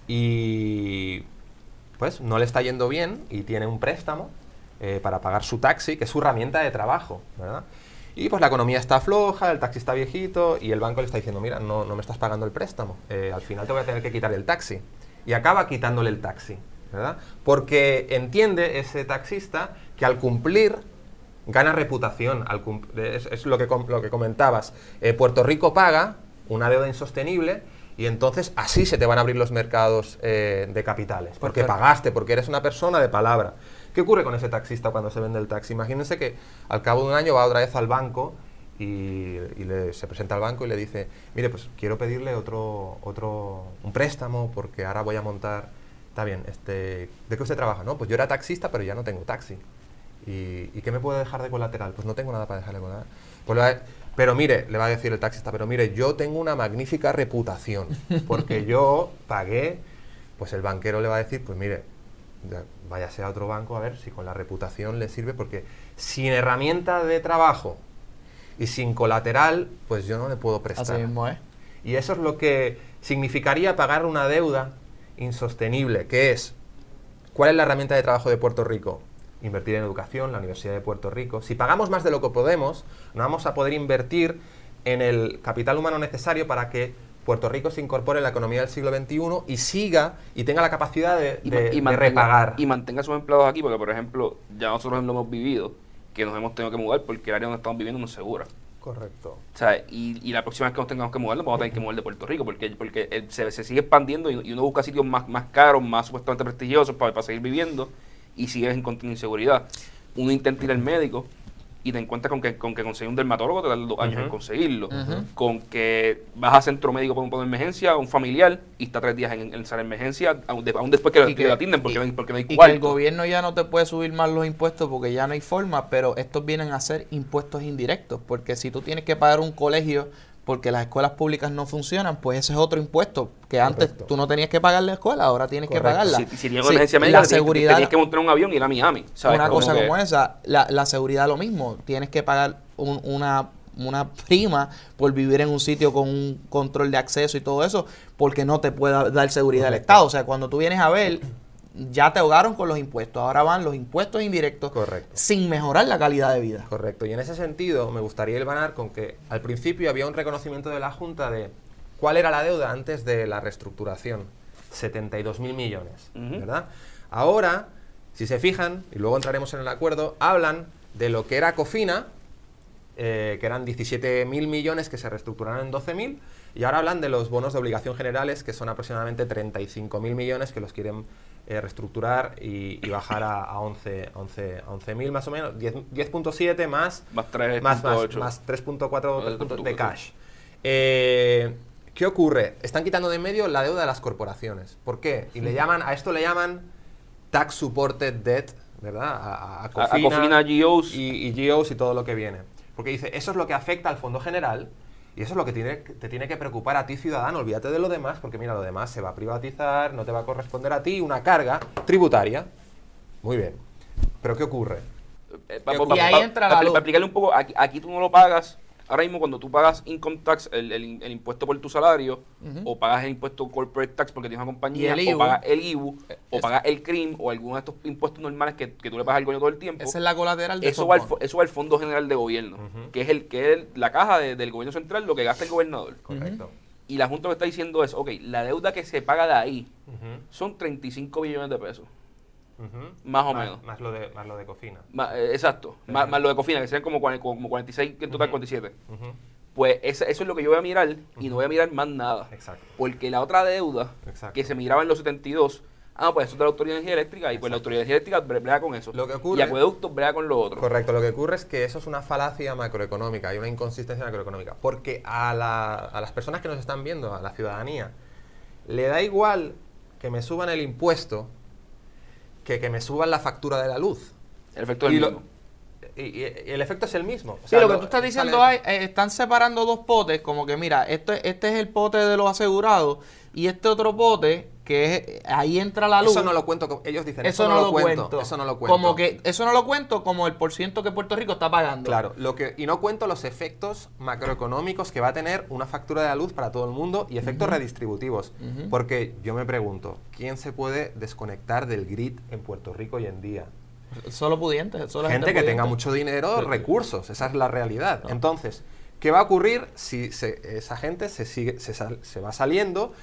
y pues no le está yendo bien y tiene un préstamo eh, para pagar su taxi, que es su herramienta de trabajo, ¿verdad? Y pues la economía está floja, el taxi está viejito y el banco le está diciendo, mira, no, no me estás pagando el préstamo, eh, al final te voy a tener que quitar el taxi. Y acaba quitándole el taxi, ¿verdad? Porque entiende ese taxista que al cumplir gana reputación. Al es, es lo que, lo que comentabas. Eh, Puerto Rico paga una deuda insostenible y entonces así se te van a abrir los mercados eh, de capitales. Porque ¿Por pagaste, porque eres una persona de palabra. ¿Qué ocurre con ese taxista cuando se vende el taxi? Imagínense que al cabo de un año va otra vez al banco y, y le, se presenta al banco y le dice, mire, pues quiero pedirle otro, otro, un préstamo porque ahora voy a montar... Está bien, este, ¿de qué usted trabaja? No, pues yo era taxista, pero ya no tengo taxi. ¿Y, ¿y qué me puede dejar de colateral? Pues no tengo nada para dejarle colateral. Pues le va a, pero mire, le va a decir el taxista, pero mire, yo tengo una magnífica reputación, porque yo pagué, pues el banquero le va a decir, pues mire, váyase a otro banco a ver si con la reputación le sirve, porque sin herramienta de trabajo y sin colateral, pues yo no le puedo prestar. Así mismo, ¿eh? Y eso es lo que significaría pagar una deuda insostenible, que es, ¿cuál es la herramienta de trabajo de Puerto Rico? Invertir en educación, la Universidad de Puerto Rico. Si pagamos más de lo que podemos, no vamos a poder invertir en el capital humano necesario para que Puerto Rico se incorpore en la economía del siglo veintiuno y siga y tenga la capacidad de, y, de, y de mantenga, repagar. Y mantenga a sus empleados aquí, porque por ejemplo, ya nosotros lo hemos vivido, que nos hemos tenido que mudar porque el área donde estamos viviendo no es segura. Correcto. O sea, y, y la próxima vez que nos tengamos que mudar, nos vamos a tener que mover de Puerto Rico, porque, porque el, se, se sigue expandiendo y, y uno busca sitios más, más caros, más supuestamente prestigiosos para, para seguir viviendo y sigues en continua inseguridad. Uno intenta ir al médico y te encuentras con que, con que conseguir un dermatólogo te da dos años uh-huh. en conseguirlo. Uh-huh. Con que vas a centro médico por, por emergencia, un familiar, y está tres días en, en sala de emergencia, aún, de, aún después que, que, que lo atienden porque, y, no, porque no hay y cuarto. Que el gobierno ya no te puede subir más los impuestos porque ya no hay forma, pero estos vienen a ser impuestos indirectos, porque si tú tienes que pagar un colegio porque las escuelas públicas no funcionan, pues ese es otro impuesto que antes Correcto. tú no tenías que pagar la escuela, ahora tienes Correcto. que pagarla. Si, si tienes Sí, una emergencia la médica, tenías, seguridad, tenías que montar un avión y ir a Miami. ¿Sabes? una Como cosa que- como esa, la, la seguridad lo mismo, tienes que pagar un- una, una prima por vivir en un sitio con un control de acceso y todo eso, porque no te puede dar seguridad el Correcto. Estado. O sea, cuando tú vienes a ver, ya te ahogaron con los impuestos, ahora van los impuestos indirectos Correcto. sin mejorar la calidad de vida. Correcto. Y en ese sentido me gustaría hilvanar con que al principio había un reconocimiento de la Junta de cuál era la deuda antes de la reestructuración. setenta y dos mil millones, Ujú. ¿verdad? Ahora, si se fijan, y luego entraremos en el acuerdo, hablan de lo que era Cofina, eh, que eran diecisiete mil millones que se reestructuraron en doce mil, y ahora hablan de los bonos de obligación generales, que son aproximadamente treinta y cinco mil millones que los quieren eh, reestructurar y, y bajar a, a once mil más o menos, diez punto siete más, Más tres más, punto más, ocho. más tres punto cuatro Eh, de cash. Eh, ¿Qué ocurre? Están quitando de en medio la deuda de las corporaciones. ¿Por qué? Y le llaman, a esto le llaman Tax Supported Debt, ¿verdad? A, a, a A- a Cofina, Cofina, G Os. y, y G Os y todo lo que viene. Porque dice, eso es lo que afecta al Fondo General y eso es lo que tiene, te tiene que preocupar a ti, ciudadano. Olvídate de lo demás, porque mira, lo demás se va a privatizar, no te va a corresponder a ti una carga tributaria. Muy bien. ¿Pero qué ocurre? Eh, Y ahí entra la para, luz. para explicarle un poco, aquí, aquí tú no lo pagas. Ahora mismo cuando tú pagas income tax, el, el- el impuesto por tu salario, o pagas el impuesto corporate tax porque tienes una compañía, Y el o I V U. pagas el I V U, o Es- pagas el C R I M, o alguno de estos impuestos normales que, que tú le pagas al gobierno todo el tiempo, Esa es la colateral de eso esos va, al, bonos. fo- eso va al Fondo General de Gobierno, Ujú. que es el que es el- la caja de- del gobierno central, lo que gasta el gobernador. Correcto. Y la Junta lo que está diciendo es, ok, la deuda que se paga de ahí Ujú, son treinta y cinco billones de pesos. ujú. Más o menos. Más lo de, más lo de Cofina. Ma- eh, exacto, más, más lo de Cofina, que serían como, cuarenta como cuarenta y seis, en total Ujú. cuarenta y siete. Ujú. Pues esa- eso es lo que yo voy a mirar y no voy a mirar más nada. Exacto. Porque la otra deuda Exacto. que se miraba en los setenta y dos, ah, pues eso es de la Autoridad de Energía Eléctrica y pues la Autoridad de Energía Eléctrica bre- brega con eso. Lo que ocurre- y Acueductos brega con lo otro. Correcto, lo que ocurre es que eso es una falacia macroeconómica, hay una inconsistencia macroeconómica, porque a, la- a las personas que nos están viendo, a la ciudadanía, le da igual que me suban el impuesto que que me suban la factura de la luz. El efecto del Y, lo- mismo. y- y- y el efecto es el mismo. O Sí, sea, lo que tú estás diciendo sale- es, eh, están separando dos potes, como que mira, esto, este es el pote de los asegurados y este otro pote, que es, ahí entra la luz. Eso no lo cuento, con- ellos dicen, Eso no lo cuento. Eso no lo cuento. Como que eso no lo cuento como el porciento que Puerto Rico está pagando. Claro, lo que, y no cuento los efectos macroeconómicos que va a tener una factura de la luz para todo el mundo y efectos redistributivos. Ujú. Porque yo me pregunto, ¿quién se puede desconectar del grid en Puerto Rico hoy en día? Solo pudientes, solo Gente que pudiente. tenga mucho dinero, recursos, esa es la realidad. Entonces, ¿qué va a ocurrir si se- esa gente se, sigue, se, sal- se va saliendo?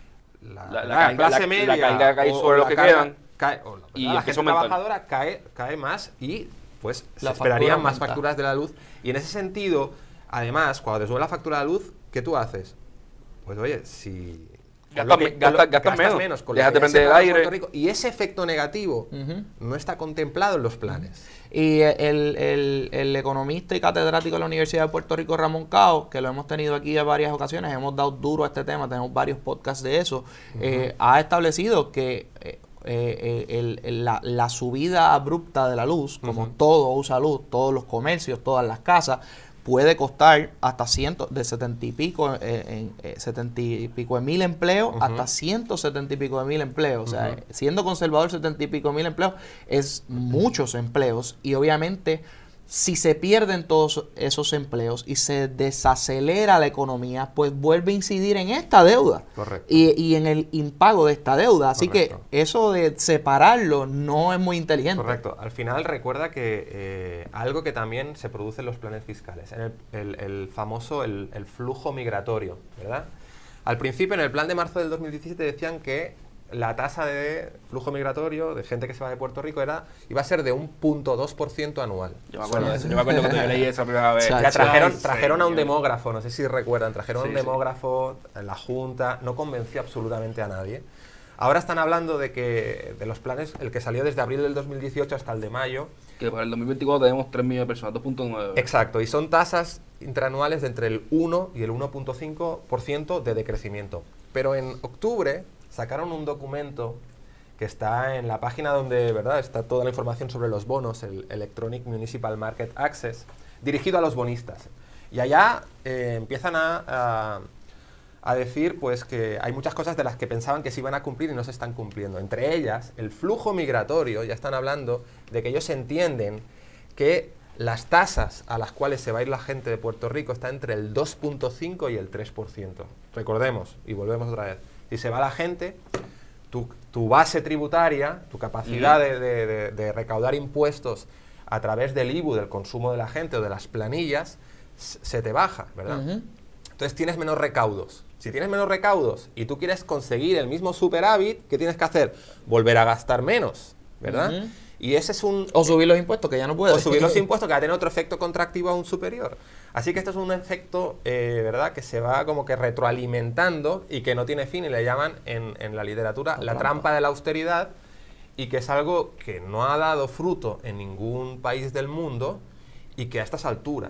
La, La- la la carga- clase la- media la carga cae o sobre los la que carga quedan cae- o la, y la empieza gente a aumentar. trabajadora cae, cae más y pues se La esperarían factura más aumenta. facturas de la luz. Y en ese sentido, además, cuando te sube la factura de la luz, ¿qué tú haces? Pues oye, si... con Gastas lo que- me- con gastas- gastas menos. con lo Dejas que de ya se prender el paga en aire. Puerto Rico, y ese efecto negativo Ujú. no está contemplado en los planes. Y el, el- el economista y catedrático de la Universidad de Puerto Rico, Ramón Cao, que lo hemos tenido aquí en varias ocasiones, hemos dado duro a este tema, tenemos varios podcasts de eso, eh, ha establecido que eh, eh, el- el- la, la subida abrupta de la luz, como Ujú. todo usa luz, todos los comercios, todas las casas, puede costar hasta ciento, de setenta y pico, eh, en, eh, setenta y pico de mil empleos, Ujú. hasta ciento setenta y pico de mil empleos. O sea, Ujú. siendo conservador, setenta y pico mil empleos es muchos empleos. Y obviamente, si se pierden todos esos empleos y se desacelera la economía, pues vuelve a incidir en esta deuda. Correcto. Y, y en el impago de esta deuda. Así Correcto. que eso de separarlo no es muy inteligente. Correcto. Al final recuerda que eh, algo que también se produce en los planes fiscales, en el, el- el famoso el, el flujo migratorio, ¿verdad? Al principio, en el plan de marzo del dos mil diecisiete, decían que la tasa de flujo migratorio de gente que se va de Puerto Rico era iba a ser de un punto dos por ciento anual. Yo me acuerdo de eso. Yo me acuerdo cuando yo leí esa primera vez. Chacho. Ya trajeron, Ay, trajeron a un señor. demógrafo, no sé si recuerdan, trajeron a un Sí, sí. demógrafo en la Junta, no convenció absolutamente a nadie. Ahora están hablando de que de los planes, el que salió desde abril del dos mil dieciocho hasta el de mayo. Que para el dos mil veinticuatro tenemos tres millones de personas, dos punto nueve. Exacto, y son tasas interanuales de entre el uno y el uno punto cinco por ciento de decrecimiento. Pero en octubre sacaron un documento que está en la página donde, ¿verdad?, está toda la información sobre los bonos, el Electronic Municipal Market Access, dirigido a los bonistas. Y allá eh, empiezan a, a, a decir pues que hay muchas cosas de las que pensaban que se iban a cumplir y no se están cumpliendo. Entre ellas, el flujo migratorio, ya están hablando de que ellos entienden que las tasas a las cuales se va a ir la gente de Puerto Rico está entre el dos punto cinco y el tres por ciento. Recordemos, y volvemos otra vez, si se va la gente, tu, tu base tributaria, tu capacidad de, de, de, de recaudar impuestos a través del I B U, del consumo de la gente o de las planillas, se te baja, ¿verdad? Uh-huh. Entonces tienes menos recaudos. Si tienes menos recaudos y tú quieres conseguir el mismo superávit, ¿qué tienes que hacer? Volver a gastar menos, ¿verdad? Uh-huh. Y ese es un... O subir los impuestos, que ya no puedes. O subir los impuestos, que va a tener otro efecto contractivo aún superior. Así que esto es un efecto, eh, ¿verdad?, que se va como que retroalimentando y que no tiene fin, y le llaman en, en la literatura la, la trampa. trampa de la austeridad, y que es algo que no ha dado fruto en ningún país del mundo, y que a estas alturas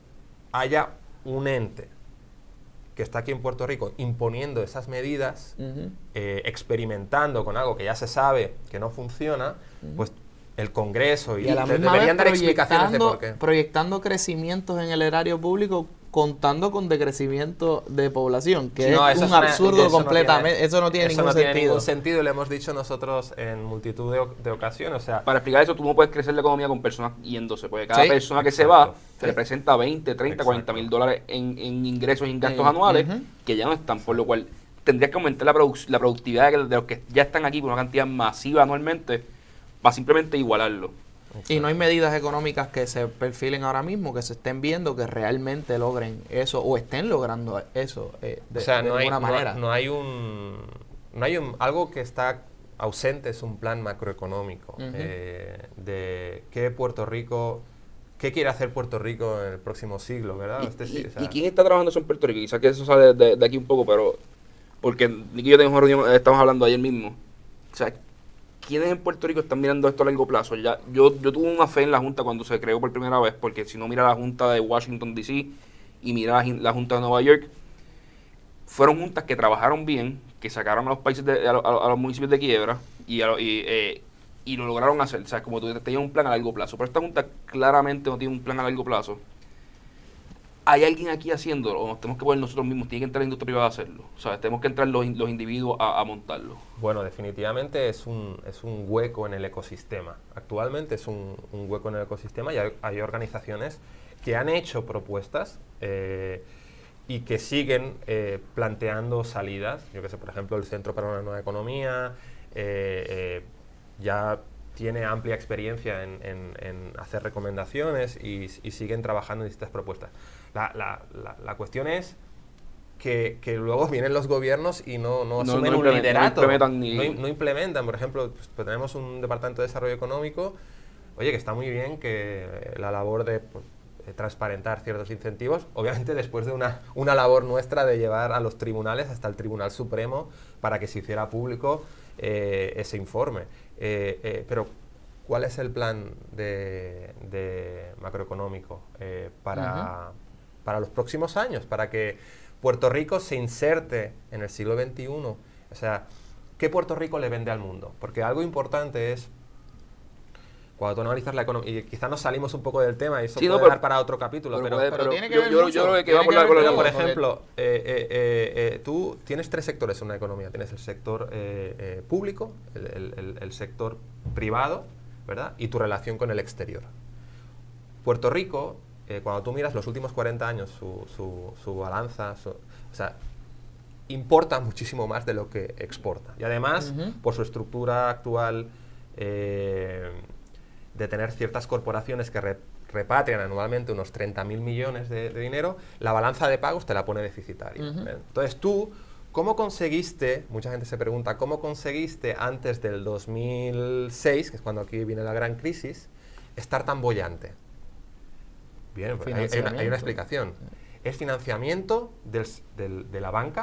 haya un ente que está aquí en Puerto Rico imponiendo esas medidas, uh-huh. eh, experimentando con algo que ya se sabe que no funciona, uh-huh. pues el Congreso y, y a la de, misma deberían vez dar explicaciones de por qué. Proyectando crecimientos en el erario público, contando con decrecimiento de población, que no, es eso un es una, absurdo eso completamente. No tiene, eso no tiene eso ningún no sentido. tiene ningún sentido, y lo hemos dicho nosotros en multitud de, de ocasiones. O sea, para explicar eso, tú no puedes crecer la economía con personas yéndose, porque cada sí, persona que exacto. se va sí. representa veinte, treinta, cuarenta mil dólares en, en ingresos y en gastos eh, anuales uh-huh. que ya no están, por lo cual tendrías que aumentar la, produ- la productividad de, de los que ya están aquí por una cantidad masiva anualmente para simplemente igualarlo. Exacto. Y no hay medidas económicas que se perfilen ahora mismo, que se estén viendo, que realmente logren eso o estén logrando eso eh, de, o sea, de no alguna hay, manera. No, no hay un... No hay un... Algo que está ausente es un plan macroeconómico uh-huh. eh, de qué Puerto Rico... ¿Qué quiere hacer Puerto Rico en el próximo siglo, verdad? ¿Y, este, y, o sea, ¿y quién está trabajando eso en Puerto Rico? Quizás que eso sale de, de aquí un poco, pero... Porque Nick y yo tenemos una reunión, estamos hablando ayer mismo. O sea, ¿quiénes en Puerto Rico están mirando esto a largo plazo? Ya, yo, yo tuve una fe en la Junta cuando se creó por primera vez, porque si no mira la Junta de Washington, D C y mira la, la Junta de Nueva York, fueron juntas que trabajaron bien, que sacaron a los países, de, a, a, a los municipios de quiebra y, a, y, eh, y lo lograron hacer. O sea, como tú tenías un plan a largo plazo. Pero esta Junta claramente no tiene un plan a largo plazo. ¿Hay alguien aquí haciéndolo o nos tenemos que poner nosotros mismos? ¿Tiene que entrar la industria privada a hacerlo? O sea, tenemos que entrar los, los individuos a, a montarlo. Bueno, definitivamente es un, es un hueco en el ecosistema. Actualmente es un, un hueco en el ecosistema, y hay, hay organizaciones que han hecho propuestas eh, y que siguen eh, planteando salidas. Yo que sé, por ejemplo, el Centro para una Nueva Economía eh, eh, ya tiene amplia experiencia en, en, en hacer recomendaciones y, y siguen trabajando en estas propuestas. La, la, la, la cuestión es que, que luego vienen los gobiernos y no, no, no asumen no un liderato, no implementan, ni... no, no implementan. Por ejemplo, pues, pues tenemos un Departamento de Desarrollo Económico, oye, que está muy bien que la labor de pues, transparentar ciertos incentivos, obviamente después de una, una labor nuestra de llevar a los tribunales hasta el Tribunal Supremo para que se hiciera público eh, ese informe. Eh, eh, pero ¿cuál es el plan de, de macroeconómico eh, para, uh-huh. para los próximos años? Para que Puerto Rico se inserte en el siglo veintiuno. O sea, ¿qué Puerto Rico le vende al mundo? Porque algo importante es, cuando tú analizas la economía, y quizás nos salimos un poco del tema y eso sí, puede no, pero, dar para otro capítulo, pero, pero, pero, pero tiene que yo, ver yo, mucho. yo creo que va por la, pero, por ejemplo, eh, eh, eh, eh, tú tienes tres sectores en una economía. Tienes el sector eh, eh, público, el, el, el, el sector privado, ¿verdad? Y tu relación con el exterior. Puerto Rico, eh, cuando tú miras los últimos cuarenta años, su, su, su balanza, su, o sea, importa muchísimo más de lo que exporta. Y además, uh-huh. por su estructura actual, eh, de tener ciertas corporaciones que re, repatrian anualmente unos treinta mil millones de, de dinero, la balanza de pagos te la pone deficitaria. Uh-huh. Entonces tú, ¿cómo conseguiste, mucha gente se pregunta, ¿cómo conseguiste antes del dos mil seis, que es cuando aquí viene la gran crisis, estar tan boyante? Bien, pues hay, hay, una, hay una explicación. Es financiamiento del, del, de la banca.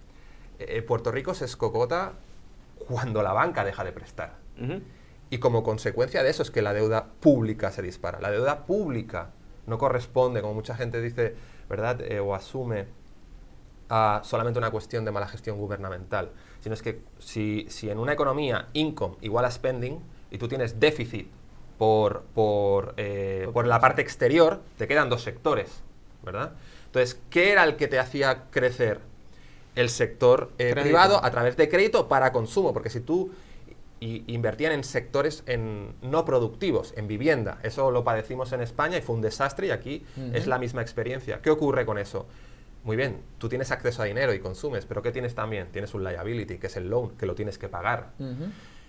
Eh, Puerto Rico se escocota cuando la banca deja de prestar. Uh-huh. Y como consecuencia de eso es que la deuda pública se dispara. La deuda pública no corresponde, como mucha gente dice, ¿verdad? Eh, o asume a solamente una cuestión de mala gestión gubernamental, sino es que si, si en una economía income igual a spending y tú tienes déficit por, por, eh, por la parte exterior, te quedan dos sectores. ¿verdad? Entonces, ¿qué era el que te hacía crecer? El sector eh, privado a través de crédito para consumo, porque si tú y invertían en sectores en no productivos, en vivienda. Eso lo padecimos en España y fue un desastre y aquí uh-huh. es la misma experiencia. ¿Qué ocurre con eso? Muy bien, tú tienes acceso a dinero y consumes, pero ¿qué tienes también? Tienes un liability, que es el loan, que lo tienes que pagar. Uh-huh.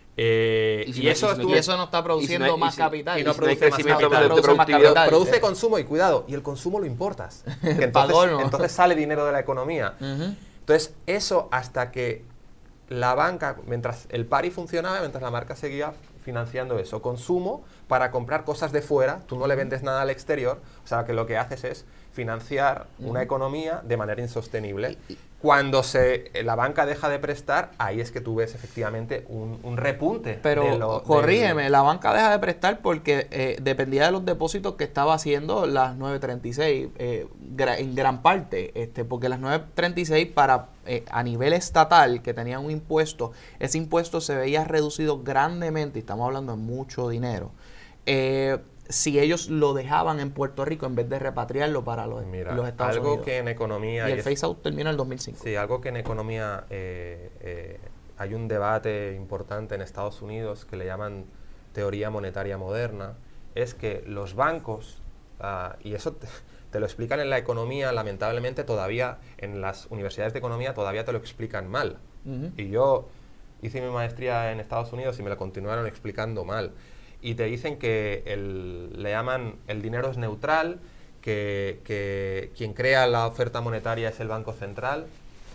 Eh, y, si y, no, eso y, si no, y eso no está produciendo no hay, más y si, capital. Y no produce, más capital. No produce más capital. Produce consumo y cuidado, y el consumo lo importas. Que entonces, entonces sale dinero de la economía. Uh-huh. Entonces, eso hasta que la banca, mientras el pari funcionaba, mientras la marca seguía financiando eso, consumo para comprar cosas de fuera, tú no le vendes nada al exterior, o sea que lo que haces es financiar uh-huh. una economía de manera insostenible. Cuando se, la banca deja de prestar, ahí es que tú ves efectivamente un, un repunte. Pero de lo, corrígeme, de... la banca deja de prestar porque eh, dependía de los depósitos que estaba haciendo las nueve treinta y seis, eh, gra, en gran parte, este, porque las nueve treinta y seis para eh, a nivel estatal, que tenían un impuesto, ese impuesto se veía reducido grandemente, y estamos hablando de mucho dinero. Eh, si ellos lo dejaban en Puerto Rico en vez de repatriarlo para los, Mira, los Estados algo Unidos. Que en economía... Y el phase-out termina en el dos mil cinco. Sí, algo que en economía eh, eh, hay un debate importante en Estados Unidos que le llaman teoría monetaria moderna, es que los bancos, uh, y eso te, te lo explican en la economía, lamentablemente todavía, en las universidades de economía todavía te lo explican mal. Uh-huh. Y yo hice mi maestría en Estados Unidos y me la continuaron explicando mal. Y te dicen que el, le llaman el dinero es neutral, que, que quien crea la oferta monetaria es el Banco Central,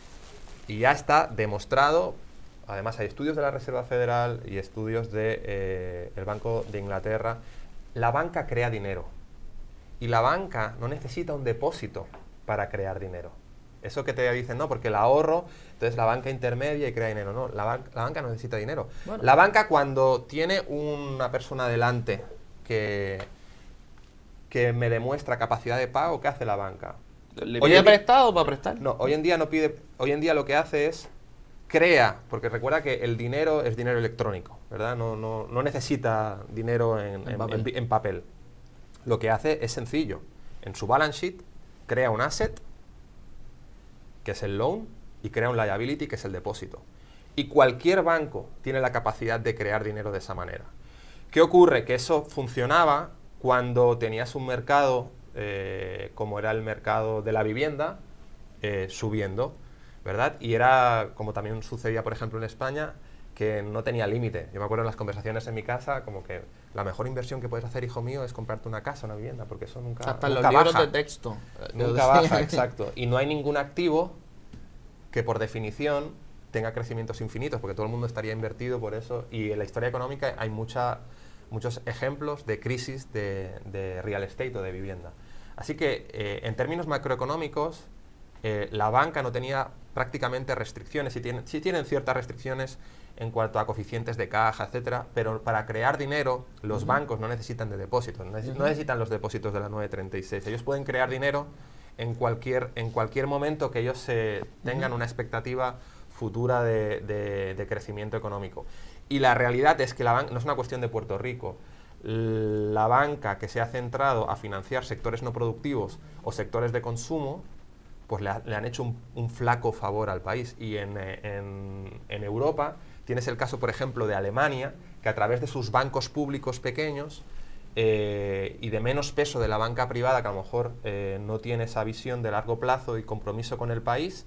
y ya está demostrado. Además hay estudios de la Reserva Federal y estudios del de, eh, Banco de Inglaterra. La banca crea dinero y la banca no necesita un depósito para crear dinero. Eso que te dicen, no, porque el ahorro, entonces la banca intermedia y crea dinero. No, la, ban la banca no necesita dinero. Bueno. La banca, cuando tiene una persona delante que, que me demuestra capacidad de pago, ¿qué hace la banca? ¿Le pide prestado para prestar? No, hoy en día no pide, hoy en día lo que hace es crea, porque recuerda que el dinero es dinero electrónico, ¿verdad? No, no, no necesita dinero en, en, en, papel. En, en papel. Lo que hace es sencillo. En su balance sheet crea un asset, que es el loan, y crea un liability, que es el depósito. Y cualquier banco tiene la capacidad de crear dinero de esa manera. ¿Qué ocurre? Que eso funcionaba cuando tenías un mercado, eh, como era el mercado de la vivienda, eh, subiendo, ¿verdad? Y era, como también sucedía, por ejemplo, en España, que no tenía límite. Yo me acuerdo en las conversaciones en mi casa, como que la mejor inversión que puedes hacer, hijo mío, es comprarte una casa, una vivienda, porque eso nunca, hasta nunca los baja. libros de texto. Nunca baja, exacto. Y no hay ningún activo que por definición tenga crecimientos infinitos, porque todo el mundo estaría invertido por eso. Y en la historia económica hay mucha, muchos ejemplos de crisis de, de real estate o de vivienda. Así que, eh, en términos macroeconómicos, eh, la banca no tenía prácticamente restricciones, sí tienen, sí tienen ciertas restricciones en cuanto a coeficientes de caja, etcétera, pero para crear dinero los uh-huh. bancos no necesitan de depósitos, no, neces uh-huh. no necesitan los depósitos de la nueve treinta y seis. Ellos pueden crear dinero en cualquier, en cualquier momento que ellos se tengan uh-huh. una expectativa futura de, de, de crecimiento económico. Y la realidad es que la banca no es una cuestión de Puerto Rico. La banca que se ha centrado a financiar sectores no productivos o sectores de consumo, pues le, ha, le han hecho un, un flaco favor al país. Y en, en, en Europa tienes el caso, por ejemplo, de Alemania, que a través de sus bancos públicos pequeños eh, y de menos peso de la banca privada, que a lo mejor eh, no tiene esa visión de largo plazo y compromiso con el país,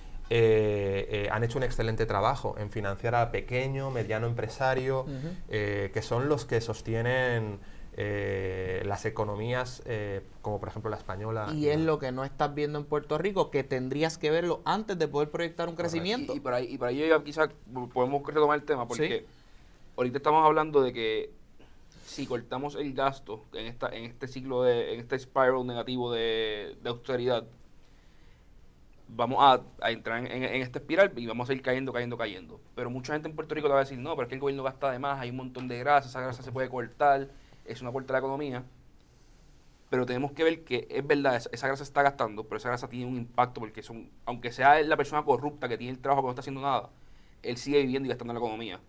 eh, eh, han hecho un excelente trabajo en financiar a pequeño, mediano empresario, uh-huh. eh, que son los que sostienen eh, las economías, eh, como por ejemplo la española. Y es lo que no estás viendo en Puerto Rico, que tendrías que verlo antes de poder proyectar un crecimiento. Y, y, por ahí, y por ahí quizás podemos retomar el tema, porque ¿sí? ahorita estamos hablando de que si cortamos el gasto en esta en este ciclo, de en este spiral negativo de, de austeridad, vamos a, a entrar en, en, en esta espiral y vamos a ir cayendo, cayendo, cayendo. Pero mucha gente en Puerto Rico te va a decir, no, pero es que el gobierno gasta de más, hay un montón de grasa, esa grasa se puede cortar, es una puerta de la economía. Pero tenemos que ver que es verdad, esa, esa grasa se está gastando, pero esa grasa tiene un impacto, porque son, aunque sea la persona corrupta que tiene el trabajo que no está haciendo nada, él sigue viviendo y gastando en la economía.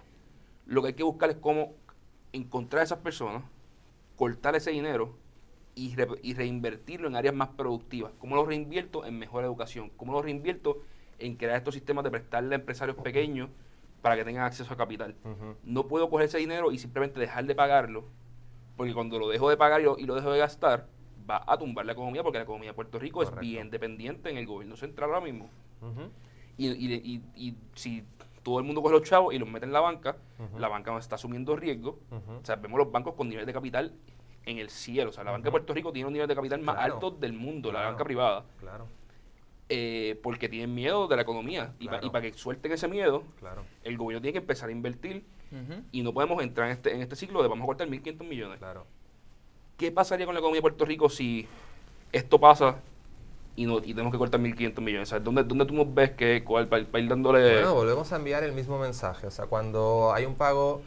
Lo que hay que buscar es cómo encontrar a esas personas, cortar ese dinero y, re, y reinvertirlo en áreas más productivas. ¿Cómo lo reinvierto? En mejor educación. ¿Cómo lo reinvierto? En crear estos sistemas de prestarle a empresarios pequeños para que tengan acceso a capital. Uh-huh. No puedo coger ese dinero y simplemente dejar de pagarlo, porque cuando lo dejo de pagar y lo, y lo dejo de gastar, va a tumbar la economía, porque la economía de Puerto Rico Correcto. Es bien dependiente en el gobierno central ahora mismo. Uh-huh. y, y, y, y si todo el mundo coge los chavos y los mete en la banca, uh-huh. la banca no está asumiendo riesgo. Uh-huh. O sea, vemos los bancos con niveles de capital en el cielo. O sea, la uh-huh. banca de Puerto Rico tiene un nivel de capital más claro. alto del mundo, claro. la banca privada. Claro. Eh, porque tienen miedo de la economía. Claro. Y, pa, y para que suelten ese miedo, claro. el gobierno tiene que empezar a invertir uh-huh. y no podemos entrar en este, en este ciclo de vamos a cortar mil quinientos millones. Claro. ¿Qué pasaría con la economía de Puerto Rico si esto pasa y no y tenemos que cortar mil quinientos millones? O sea, ¿dónde, dónde tú nos ves que cuál, para, para ir dándole...? Bueno, volvemos a enviar el mismo mensaje. O sea, cuando hay un pago...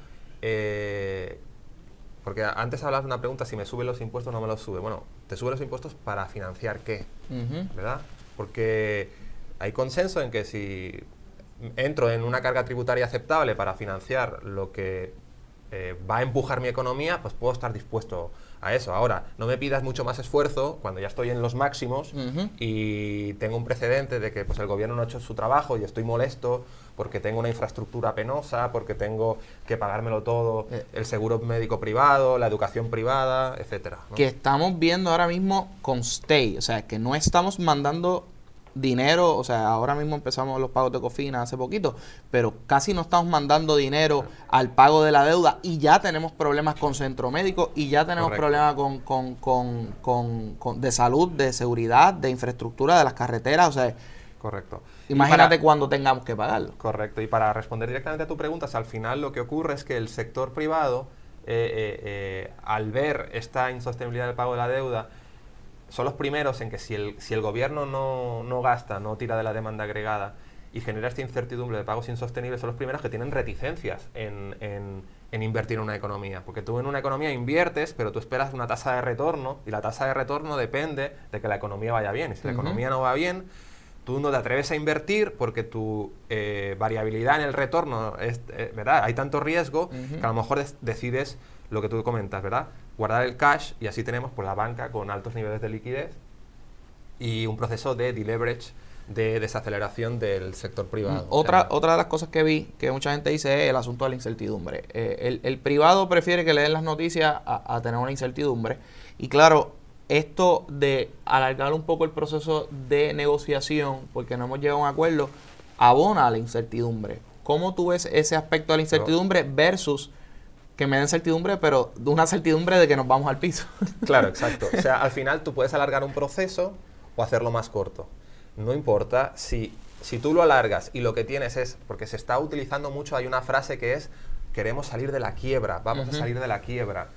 Eh, porque antes hablabas de una pregunta, si me suben los impuestos o no me los sube. Bueno, te suben los impuestos para financiar ¿qué? Uh-huh. ¿Verdad? Porque hay consenso en que si entro en una carga tributaria aceptable para financiar lo que eh, va a empujar mi economía, pues puedo estar dispuesto a eso. Ahora, no me pidas mucho más esfuerzo cuando ya estoy en los máximos uh-huh. y tengo un precedente de que pues, el gobierno no ha hecho su trabajo y estoy molesto porque tengo una infraestructura penosa, porque tengo que pagármelo todo, eh. el seguro médico privado, la educación privada, etcétera, ¿no? Que estamos viendo ahora mismo con Stay, o sea, que no estamos mandando dinero, o sea, ahora mismo empezamos los pagos de Cofina hace poquito, pero casi no estamos mandando dinero al pago de la deuda y ya tenemos problemas con centro médico y ya tenemos Correcto. problemas con, con, con, con, con de salud, de seguridad, de infraestructura de las carreteras, o sea, Correcto. Imagínate para, cuando tengamos que pagarlo. Correcto. Y para responder directamente a tu pregunta, al final lo que ocurre es que el sector privado, eh, eh, eh, al ver esta insostenibilidad del pago de la deuda, son los primeros en que si el, si el gobierno no, no gasta, no tira de la demanda agregada y genera esta incertidumbre de pagos insostenibles, son los primeros que tienen reticencias en, en, en invertir en una economía. Porque tú en una economía inviertes, pero tú esperas una tasa de retorno y la tasa de retorno depende de que la economía vaya bien. Y si uh-huh. la economía no va bien, tú no te atreves a invertir porque tu eh, variabilidad en el retorno es, eh, ¿verdad? Hay tanto riesgo uh-huh. que a lo mejor des- decides lo que tú comentas, ¿verdad? Guardar el cash y así tenemos pues, la banca con altos niveles de liquidez y un proceso de deleverage, de desaceleración del sector privado. Otra, otra de las cosas que vi que mucha gente dice es el asunto de la incertidumbre. Eh, el, el privado prefiere que le den las noticias a, a tener una incertidumbre y claro, esto de alargar un poco el proceso de negociación, porque no hemos llegado a un acuerdo, abona a la incertidumbre. ¿Cómo tú ves ese aspecto de la incertidumbre versus que me den certidumbre, pero de una certidumbre de que nos vamos al piso? Claro, exacto. O sea, al final tú puedes alargar un proceso o hacerlo más corto. No importa si, si tú lo alargas y lo que tienes es, porque se está utilizando mucho, hay una frase que es, queremos salir de la quiebra, vamos uh-huh. a salir de la quiebra.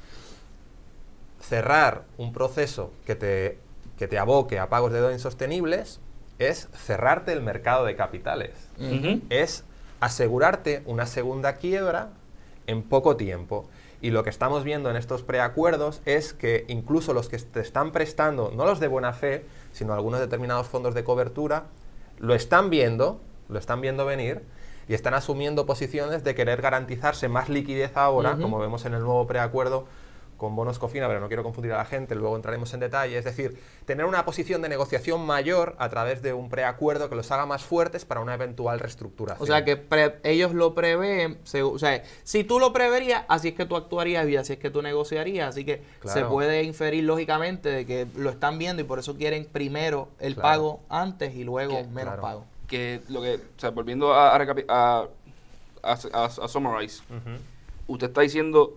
Cerrar un proceso que te, que te aboque a pagos de deuda insostenibles es cerrarte el mercado de capitales. Uh-huh. Es asegurarte una segunda quiebra en poco tiempo. Y lo que estamos viendo en estos preacuerdos es que incluso los que te están prestando, no los de buena fe, sino algunos determinados fondos de cobertura, lo están viendo, lo están viendo venir y están asumiendo posiciones de querer garantizarse más liquidez ahora, uh-huh. como vemos en el nuevo preacuerdo con bonos Cofina, pero no quiero confundir a la gente, luego entraremos en detalle. Es decir, tener una posición de negociación mayor a través de un preacuerdo que los haga más fuertes para una eventual reestructuración. O sea, que pre- ellos lo prevén, se, o sea, si tú lo preverías, así es que tú actuarías y así es que tú negociarías. Así que claro. se puede inferir lógicamente de que lo están viendo y por eso quieren primero el claro. pago antes y luego que, menos claro. pago. Que lo que, o sea, volviendo a, a, a, a, a, a summarize, uh-huh. usted está diciendo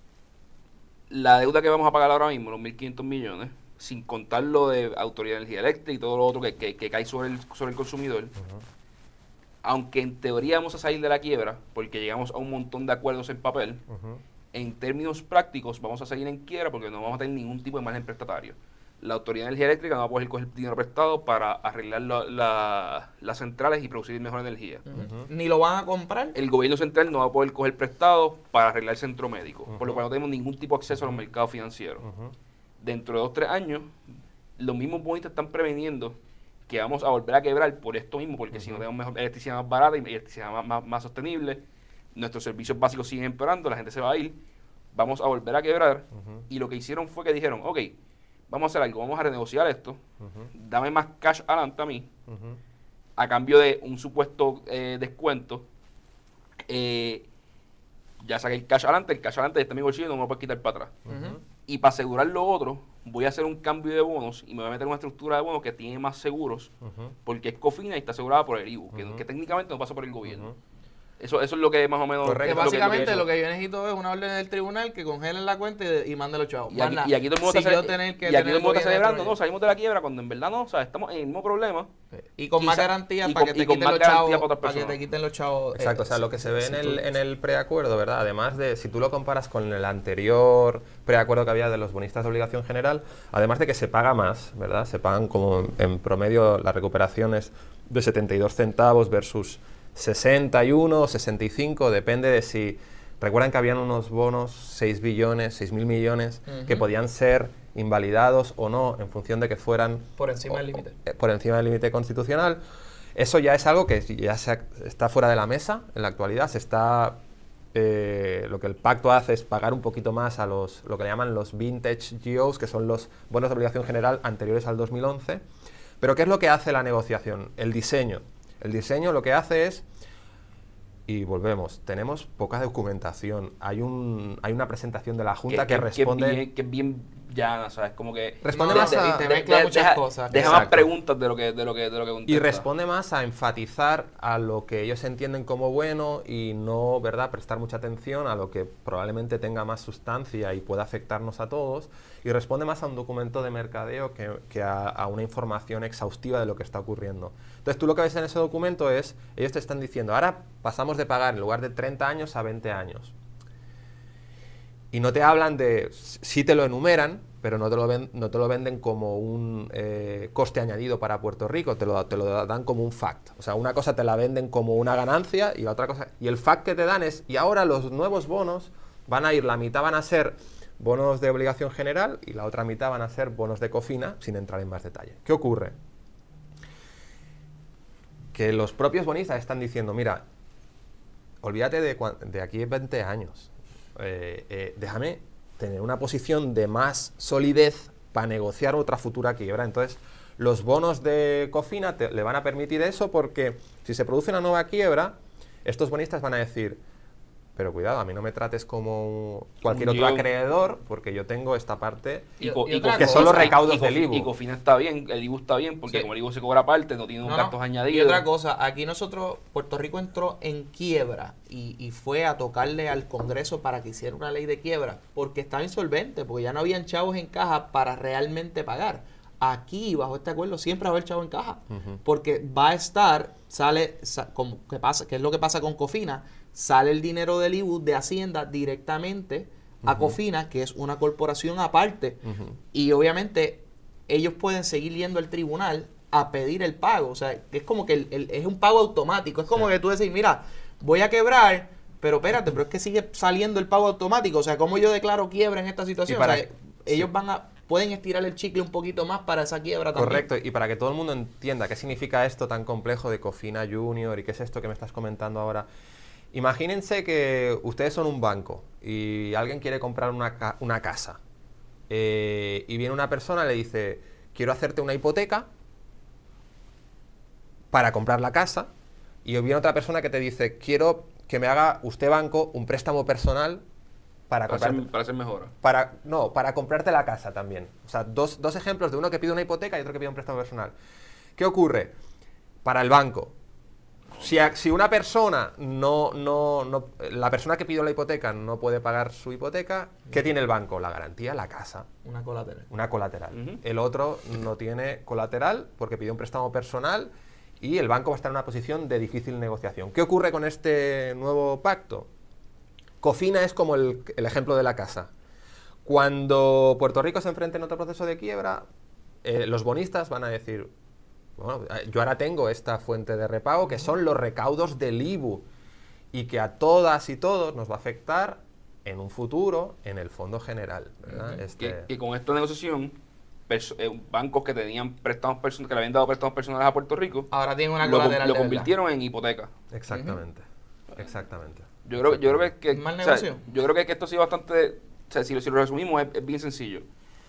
la deuda que vamos a pagar ahora mismo, los mil quinientos millones, sin contar lo de Autoridad de Energía Eléctrica y todo lo otro que, que, que cae sobre el, sobre el consumidor, uh-huh. aunque en teoría vamos a salir de la quiebra, porque llegamos a un montón de acuerdos en papel, uh-huh. en términos prácticos vamos a seguir en quiebra porque no vamos a tener ningún tipo de margen prestatario. La Autoridad de Energía Eléctrica no va a poder coger dinero prestado para arreglar la, la, las centrales y producir mejor energía. Uh-huh. ¿Ni lo van a comprar? El gobierno central no va a poder coger prestado para arreglar el centro médico, uh-huh. por lo cual no tenemos ningún tipo de acceso uh-huh. a los mercados financieros. Uh-huh. Dentro de dos o tres años, los mismos bonistas están preveniendo que vamos a volver a quebrar por esto mismo, porque uh-huh. si no tenemos mejor electricidad más barata y electricidad más, más, más sostenible, nuestros servicios básicos siguen empeorando, la gente se va a ir, vamos a volver a quebrar. Uh-huh. Y lo que hicieron fue que dijeron, ok, vamos a hacer algo, vamos a renegociar esto, Ujú, dame más cash adelante a mí, ujú. a cambio de un supuesto eh, descuento. Eh, ya saqué el cash adelante, el cash adelante está en mi bolsillo y no me lo puedo quitar para atrás. Ujú. Y para asegurar lo otro, voy a hacer un cambio de bonos y me voy a meter en una estructura de bonos que tiene más seguros, Ujú. porque es Cofina y está asegurada por el I B U, que, Ujú. que técnicamente no pasa por el gobierno. Ujú. Eso, eso es lo que más o menos... Correcto. Que es lo que- básicamente eso. lo que yo necesito es una orden del tribunal que congelen la cuenta y, y manden los chavos. Y Más aquí, nada. y aquí todo el mundo Si está, yo cele- tener que y aquí tener todo el mundo está gobierno celebrando, dentro no, salimos de la quiebra cuando en verdad no, o sea, estamos en el mismo problema. de- Y con más Quizá- garantías y para con- que te y con quiten más los garantía chavos. para otras Para que te personas. quiten los chavos. Exacto, eh, o sea, lo que se ve si en tú- el, en el preacuerdo, ¿verdad? Además de, si tú lo comparas con el anterior preacuerdo que había de los bonistas de obligación general, además de que se paga más, ¿verdad? Se pagan como en, en promedio las recuperaciones de setenta y dos centavos versus sesenta y uno o sesenta y cinco, depende de si... Recuerdan que habían unos bonos, seis billones, seis mil millones, Ujú. que podían ser invalidados o no en función de que fueran Por encima del límite. eh, por encima del límite constitucional. Eso ya es algo que ya se ha- está fuera de la mesa en la actualidad. Se está eh, lo que el pacto hace es pagar un poquito más a los lo que le llaman los vintage G Os, que son los bonos de obligación general anteriores al dos mil once. Pero ¿qué es lo que hace la negociación? El diseño. El diseño lo que hace es, y volvemos, tenemos poca documentación. Hay un hay una presentación de la Junta que, responde... Que es bien, que es bien llana, ¿sabes? Como que... Responde No, más y a- te de- mezcla de- muchas deja, cosas. Deja más Exacto. preguntas de lo que, de lo que, de lo que Y contesta. responde más a enfatizar a lo que ellos entienden como bueno y no, ¿verdad?, prestar mucha atención a lo que probablemente tenga más sustancia y pueda afectarnos a todos. Y responde más a un documento de mercadeo que, que a, a una información exhaustiva de lo que está ocurriendo. Entonces tú lo que ves en ese documento es, ellos te están diciendo, ahora pasamos de pagar en lugar de treinta años a veinte años. Y no te hablan de, sí te lo enumeran, pero no te lo, ven, no te lo venden como un eh, coste añadido para Puerto Rico, te lo, te lo dan como un fact. O sea, una cosa te la venden como una ganancia y la otra cosa... Y el fact que te dan es, y ahora los nuevos bonos van a ir, la mitad van a ser bonos de obligación general y la otra mitad van a ser bonos de Cofina, sin entrar en más detalle. ¿Qué ocurre? Que los propios bonistas están diciendo, mira, olvídate de, cuan- de aquí a veinte años. Eh, eh, déjame tener una posición de más solidez para negociar otra futura quiebra. Entonces, los bonos de Cofina te- le van a permitir eso porque si se produce una nueva quiebra, estos bonistas van a decir, pero cuidado, a mí no me trates como cualquier Un otro yo. acreedor porque yo tengo esta parte... Y, co- Y y otra co- que son los cosa, recaudos y co- del I B U. Y Cofina está bien, el I B U está bien, porque Sí. como el I B U se cobra aparte, no tiene No, unos no. gastos Y añadidos. otra cosa, aquí nosotros, Puerto Rico entró en quiebra y, y fue a tocarle al Congreso para que hiciera una ley de quiebra, porque estaba insolvente, porque ya no habían chavos en caja para realmente pagar. Aquí, bajo este acuerdo, siempre va a haber chavo en caja, Ujú. porque va a estar, sale, sa- como que pasa, que es lo que pasa con Cofina, sale el dinero del I B U de Hacienda directamente a Ujú. Cofina, que es una corporación aparte, Ujú. y obviamente ellos pueden seguir yendo al tribunal a pedir el pago. O sea, que es como que el- el- es un pago automático. Es como Sí. que tú decís, mira, voy a quebrar, pero espérate, pero es que sigue saliendo el pago automático. O sea, ¿cómo yo declaro quiebra en esta situación? Y para- O sea, ellos van a pueden estirar el chicle un poquito más para esa quiebra también. Correcto, y para que todo el mundo entienda qué significa esto tan complejo de Cofina Junior y qué es esto que me estás comentando ahora. Imagínense que ustedes son un banco y alguien quiere comprar una, ca- una casa. Eh, y viene una persona y le dice, quiero hacerte una hipoteca para comprar la casa. Y viene otra persona que te dice, quiero que me haga usted banco un préstamo personal para para, comprar... hacer, para hacer mejora. Para, no, para comprarte la casa también. O sea, dos, dos ejemplos de uno que pide una hipoteca y otro que pide un préstamo personal. ¿Qué ocurre? Para el banco, si, a- si una persona no, no, no... La persona que pidió la hipoteca no puede pagar su hipoteca, ¿qué tiene el banco? La garantía, la casa, Una colateral. una colateral. Ujú. El otro no tiene colateral porque pidió un préstamo personal y el banco va a estar en una posición de difícil negociación. ¿Qué ocurre con este nuevo pacto? Cofina es como el, el ejemplo de la casa. Cuando Puerto Rico se enfrente en otro proceso de quiebra, eh, los bonistas van a decir, bueno, yo ahora tengo esta fuente de repago que son los recaudos del I B U y que a todas y todos nos va a afectar en un futuro en el Fondo General, ¿verdad? Este- Que, que con esta negociación, perso- eh, bancos que tenían préstamos person- que le habían dado préstamos personales a Puerto Rico, Ahora tienen una lo, con- colateral. lo de verdad. convirtieron en hipoteca. Exactamente, exactamente. Yo creo, yo creo que, que- ¿Mal o sea, negocio? yo creo que, que esto sí bastante, o sea, si, lo- si lo resumimos es, es bien sencillo.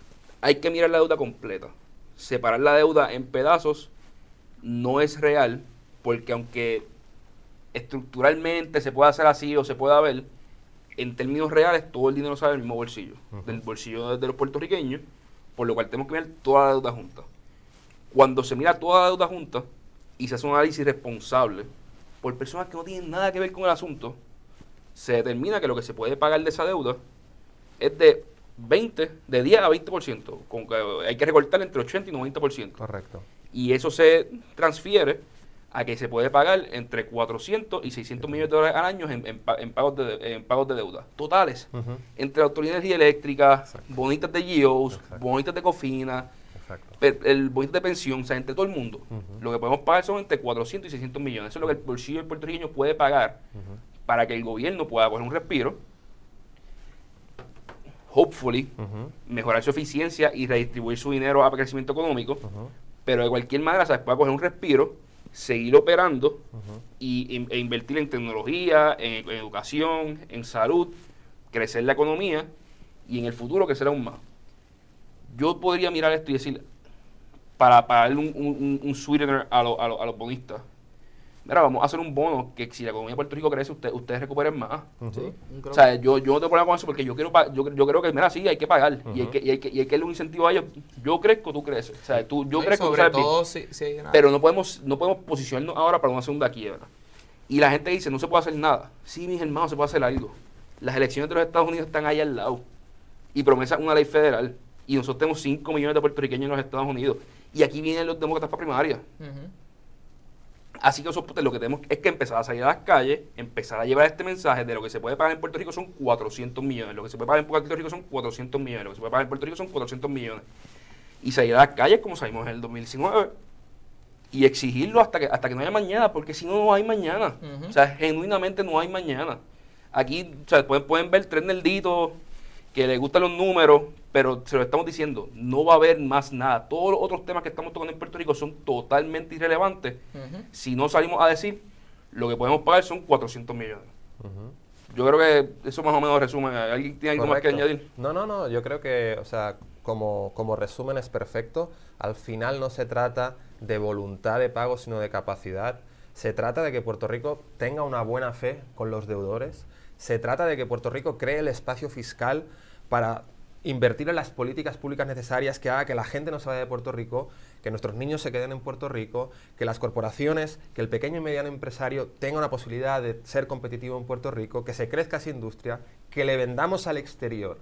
hay que mirar la deuda completa. Separar la deuda en pedazos no es real, porque aunque estructuralmente se pueda hacer así o se pueda ver, en términos reales todo el dinero sale del mismo bolsillo, uh-huh. del bolsillo de los puertorriqueños, por lo cual tenemos que mirar toda la deuda junta. Cuando se mira toda la deuda junta y se hace un análisis responsable por personas que no tienen nada que ver con el asunto, se determina que lo que se puede pagar de esa deuda es de veinte, de diez a veinte por ciento, con que hay que recortar entre ochenta y noventa por ciento. Correcto. Y eso se transfiere a que se puede pagar entre cuatrocientos y seiscientos millones de dólares al año en, en, en, pagos, de, en pagos de deuda totales, uh-huh. entre la Autoridad de Energía Eléctrica, exacto. bonitas de G Os, exacto. bonitas de Cofina, el, el bonito de pensión, o sea, entre todo el mundo. Uh-huh. Lo que podemos pagar son entre cuatrocientos y seiscientos millones. Eso es lo que el bolsillo del puertorriqueño puede pagar uh-huh. para que el gobierno pueda coger un respiro, hopefully, uh-huh. mejorar su eficiencia y redistribuir su dinero a crecimiento económico, uh-huh. pero de cualquier manera se pueda coger un respiro, seguir operando uh-huh. y, e invertir en tecnología, en, en educación, en salud, crecer la economía y en el futuro crecer aún más. Yo podría mirar esto y decir, para, para darle un, un, un sweetener a, lo, a, lo, a los bonistas, mira, vamos a hacer un bono que si la economía de Puerto Rico crece, usted, ustedes recuperen más. Uh-huh. ¿Sí? O sea, yo, yo no tengo problema con eso porque yo quiero yo, yo creo que, mira, sí, hay que pagar uh-huh. y, hay que, y, hay que, y hay que darle un incentivo a ellos. Yo crezco, tú creces. O sea, tú, yo sí, crezco, tú sabes todo, sí, sí, pero no podemos, no podemos posicionarnos ahora para una segunda quiebra. Y la gente dice, no se puede hacer nada. Sí, mis hermanos, se puede hacer algo. Las elecciones de los Estados Unidos están ahí al lado. Y promesa una ley federal. Y nosotros tenemos cinco millones de puertorriqueños en los Estados Unidos. Y aquí vienen los demócratas para primaria. Uh-huh. Así que nosotros lo que tenemos es que empezar a salir a las calles, empezar a llevar este mensaje de lo que se puede pagar en Puerto Rico son cuatrocientos millones, lo que se puede pagar en Puerto Rico son cuatrocientos millones, lo que se puede pagar en Puerto Rico son cuatrocientos millones. Y salir a las calles como salimos en el dos mil diecinueve y exigirlo hasta que hasta que no haya mañana, porque si no, no hay mañana. Uh-huh. O sea, genuinamente no hay mañana. Aquí, o sea, pueden, pueden ver tres nerditos que les gustan los números, pero se lo estamos diciendo, no va a haber más nada. Todos los otros temas que estamos tocando en Puerto Rico son totalmente irrelevantes uh-huh. si no salimos a decir lo que podemos pagar son cuatrocientos millones. Uh-huh. Yo creo que eso más o menos resume. ¿Alguien tiene algo Correcto. más que añadir? No, no, no. Yo creo que, o sea, como, como resumen es perfecto. Al final no se trata de voluntad de pago, sino de capacidad. Se trata de que Puerto Rico tenga una buena fe con los deudores. Se trata de que Puerto Rico cree el espacio fiscal para invertir en las políticas públicas necesarias que haga que la gente no se vaya de Puerto Rico, que nuestros niños se queden en Puerto Rico, que las corporaciones, que el pequeño y mediano empresario tenga una posibilidad de ser competitivo en Puerto Rico, que se crezca esa industria, que le vendamos al exterior.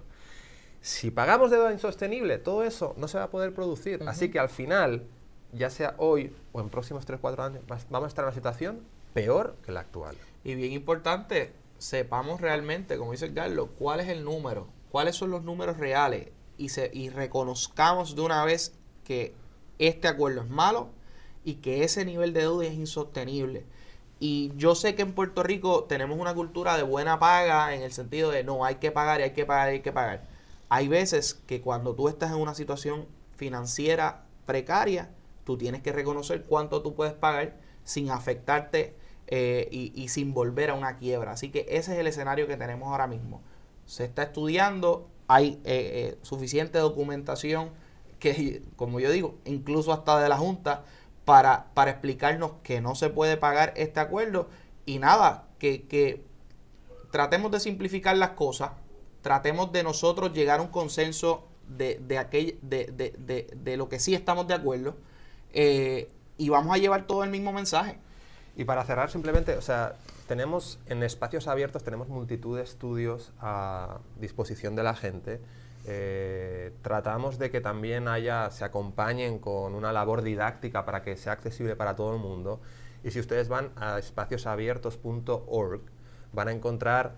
Si pagamos deuda insostenible, todo eso no se va a poder producir. Uh-huh. Así que al final, ya sea hoy o en próximos tres o cuatro años, vamos a estar en una situación peor que la actual. Y bien importante, sepamos realmente, como dice Carlos, cuál es el número, cuáles son los números reales y, se, y reconozcamos de una vez que este acuerdo es malo y que ese nivel de deuda es insostenible. Y yo sé que en Puerto Rico tenemos una cultura de buena paga en el sentido de no, hay que pagar y hay que pagar y hay que pagar. Hay veces que cuando tú estás en una situación financiera precaria, tú tienes que reconocer cuánto tú puedes pagar sin afectarte eh, y, y sin volver a una quiebra. Así que ese es el escenario que tenemos ahora mismo. Se está estudiando, hay eh, eh, suficiente documentación que, como yo digo, incluso hasta de la Junta, para, para explicarnos que no se puede pagar este acuerdo. Y nada, que, que tratemos de simplificar las cosas, tratemos de nosotros llegar a un consenso de, de, aquel, de, de, de, de lo que sí estamos de acuerdo, eh, y vamos a llevar todo el mismo mensaje. Y para cerrar simplemente, o sea, tenemos en espacios abiertos, tenemos multitud de estudios a disposición de la gente. Eh, tratamos de que también haya, se acompañen con una labor didáctica para que sea accesible para todo el mundo. Y si ustedes van a espacios abiertos punto org, van a encontrar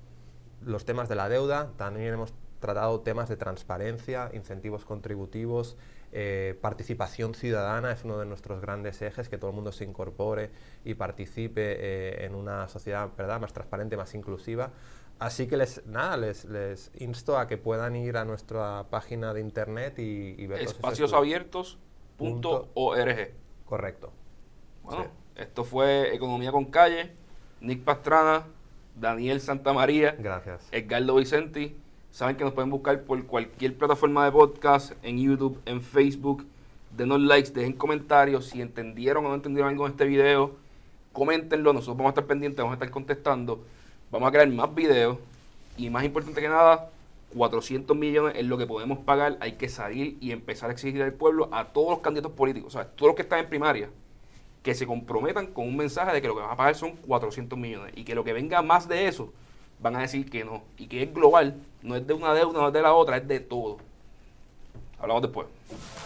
los temas de la deuda. También hemos tratado temas de transparencia, incentivos contributivos, eh, participación ciudadana, es uno de nuestros grandes ejes, que todo el mundo se incorpore y participe eh, en una sociedad, ¿verdad?, más transparente, más inclusiva. Así que les, nada, les, les insto a que puedan ir a nuestra página de internet y, y ver espacios abiertos punto org. Correcto. Bueno, sí. Esto fue Economía con Calle. Nick Pastrana, Daniel Santamaría, gracias. Edgardo Vicenti. Saben que nos pueden buscar por cualquier plataforma de podcast, en YouTube, en Facebook. Denos likes, dejen comentarios. Si entendieron o no entendieron algo en este video, coméntenlo. Nosotros vamos a estar pendientes, vamos a estar contestando. Vamos a crear más videos. Y más importante que nada, cuatrocientos millones es lo que podemos pagar. Hay que salir y empezar a exigir al pueblo, a todos los candidatos políticos, o sea, todos los que están en primaria, que se comprometan con un mensaje de que lo que van a pagar son cuatrocientos millones. Y que lo que venga más de eso, van a decir que no. Y que es global, no es de una deuda, no es de la otra, es de todo. Hablamos después.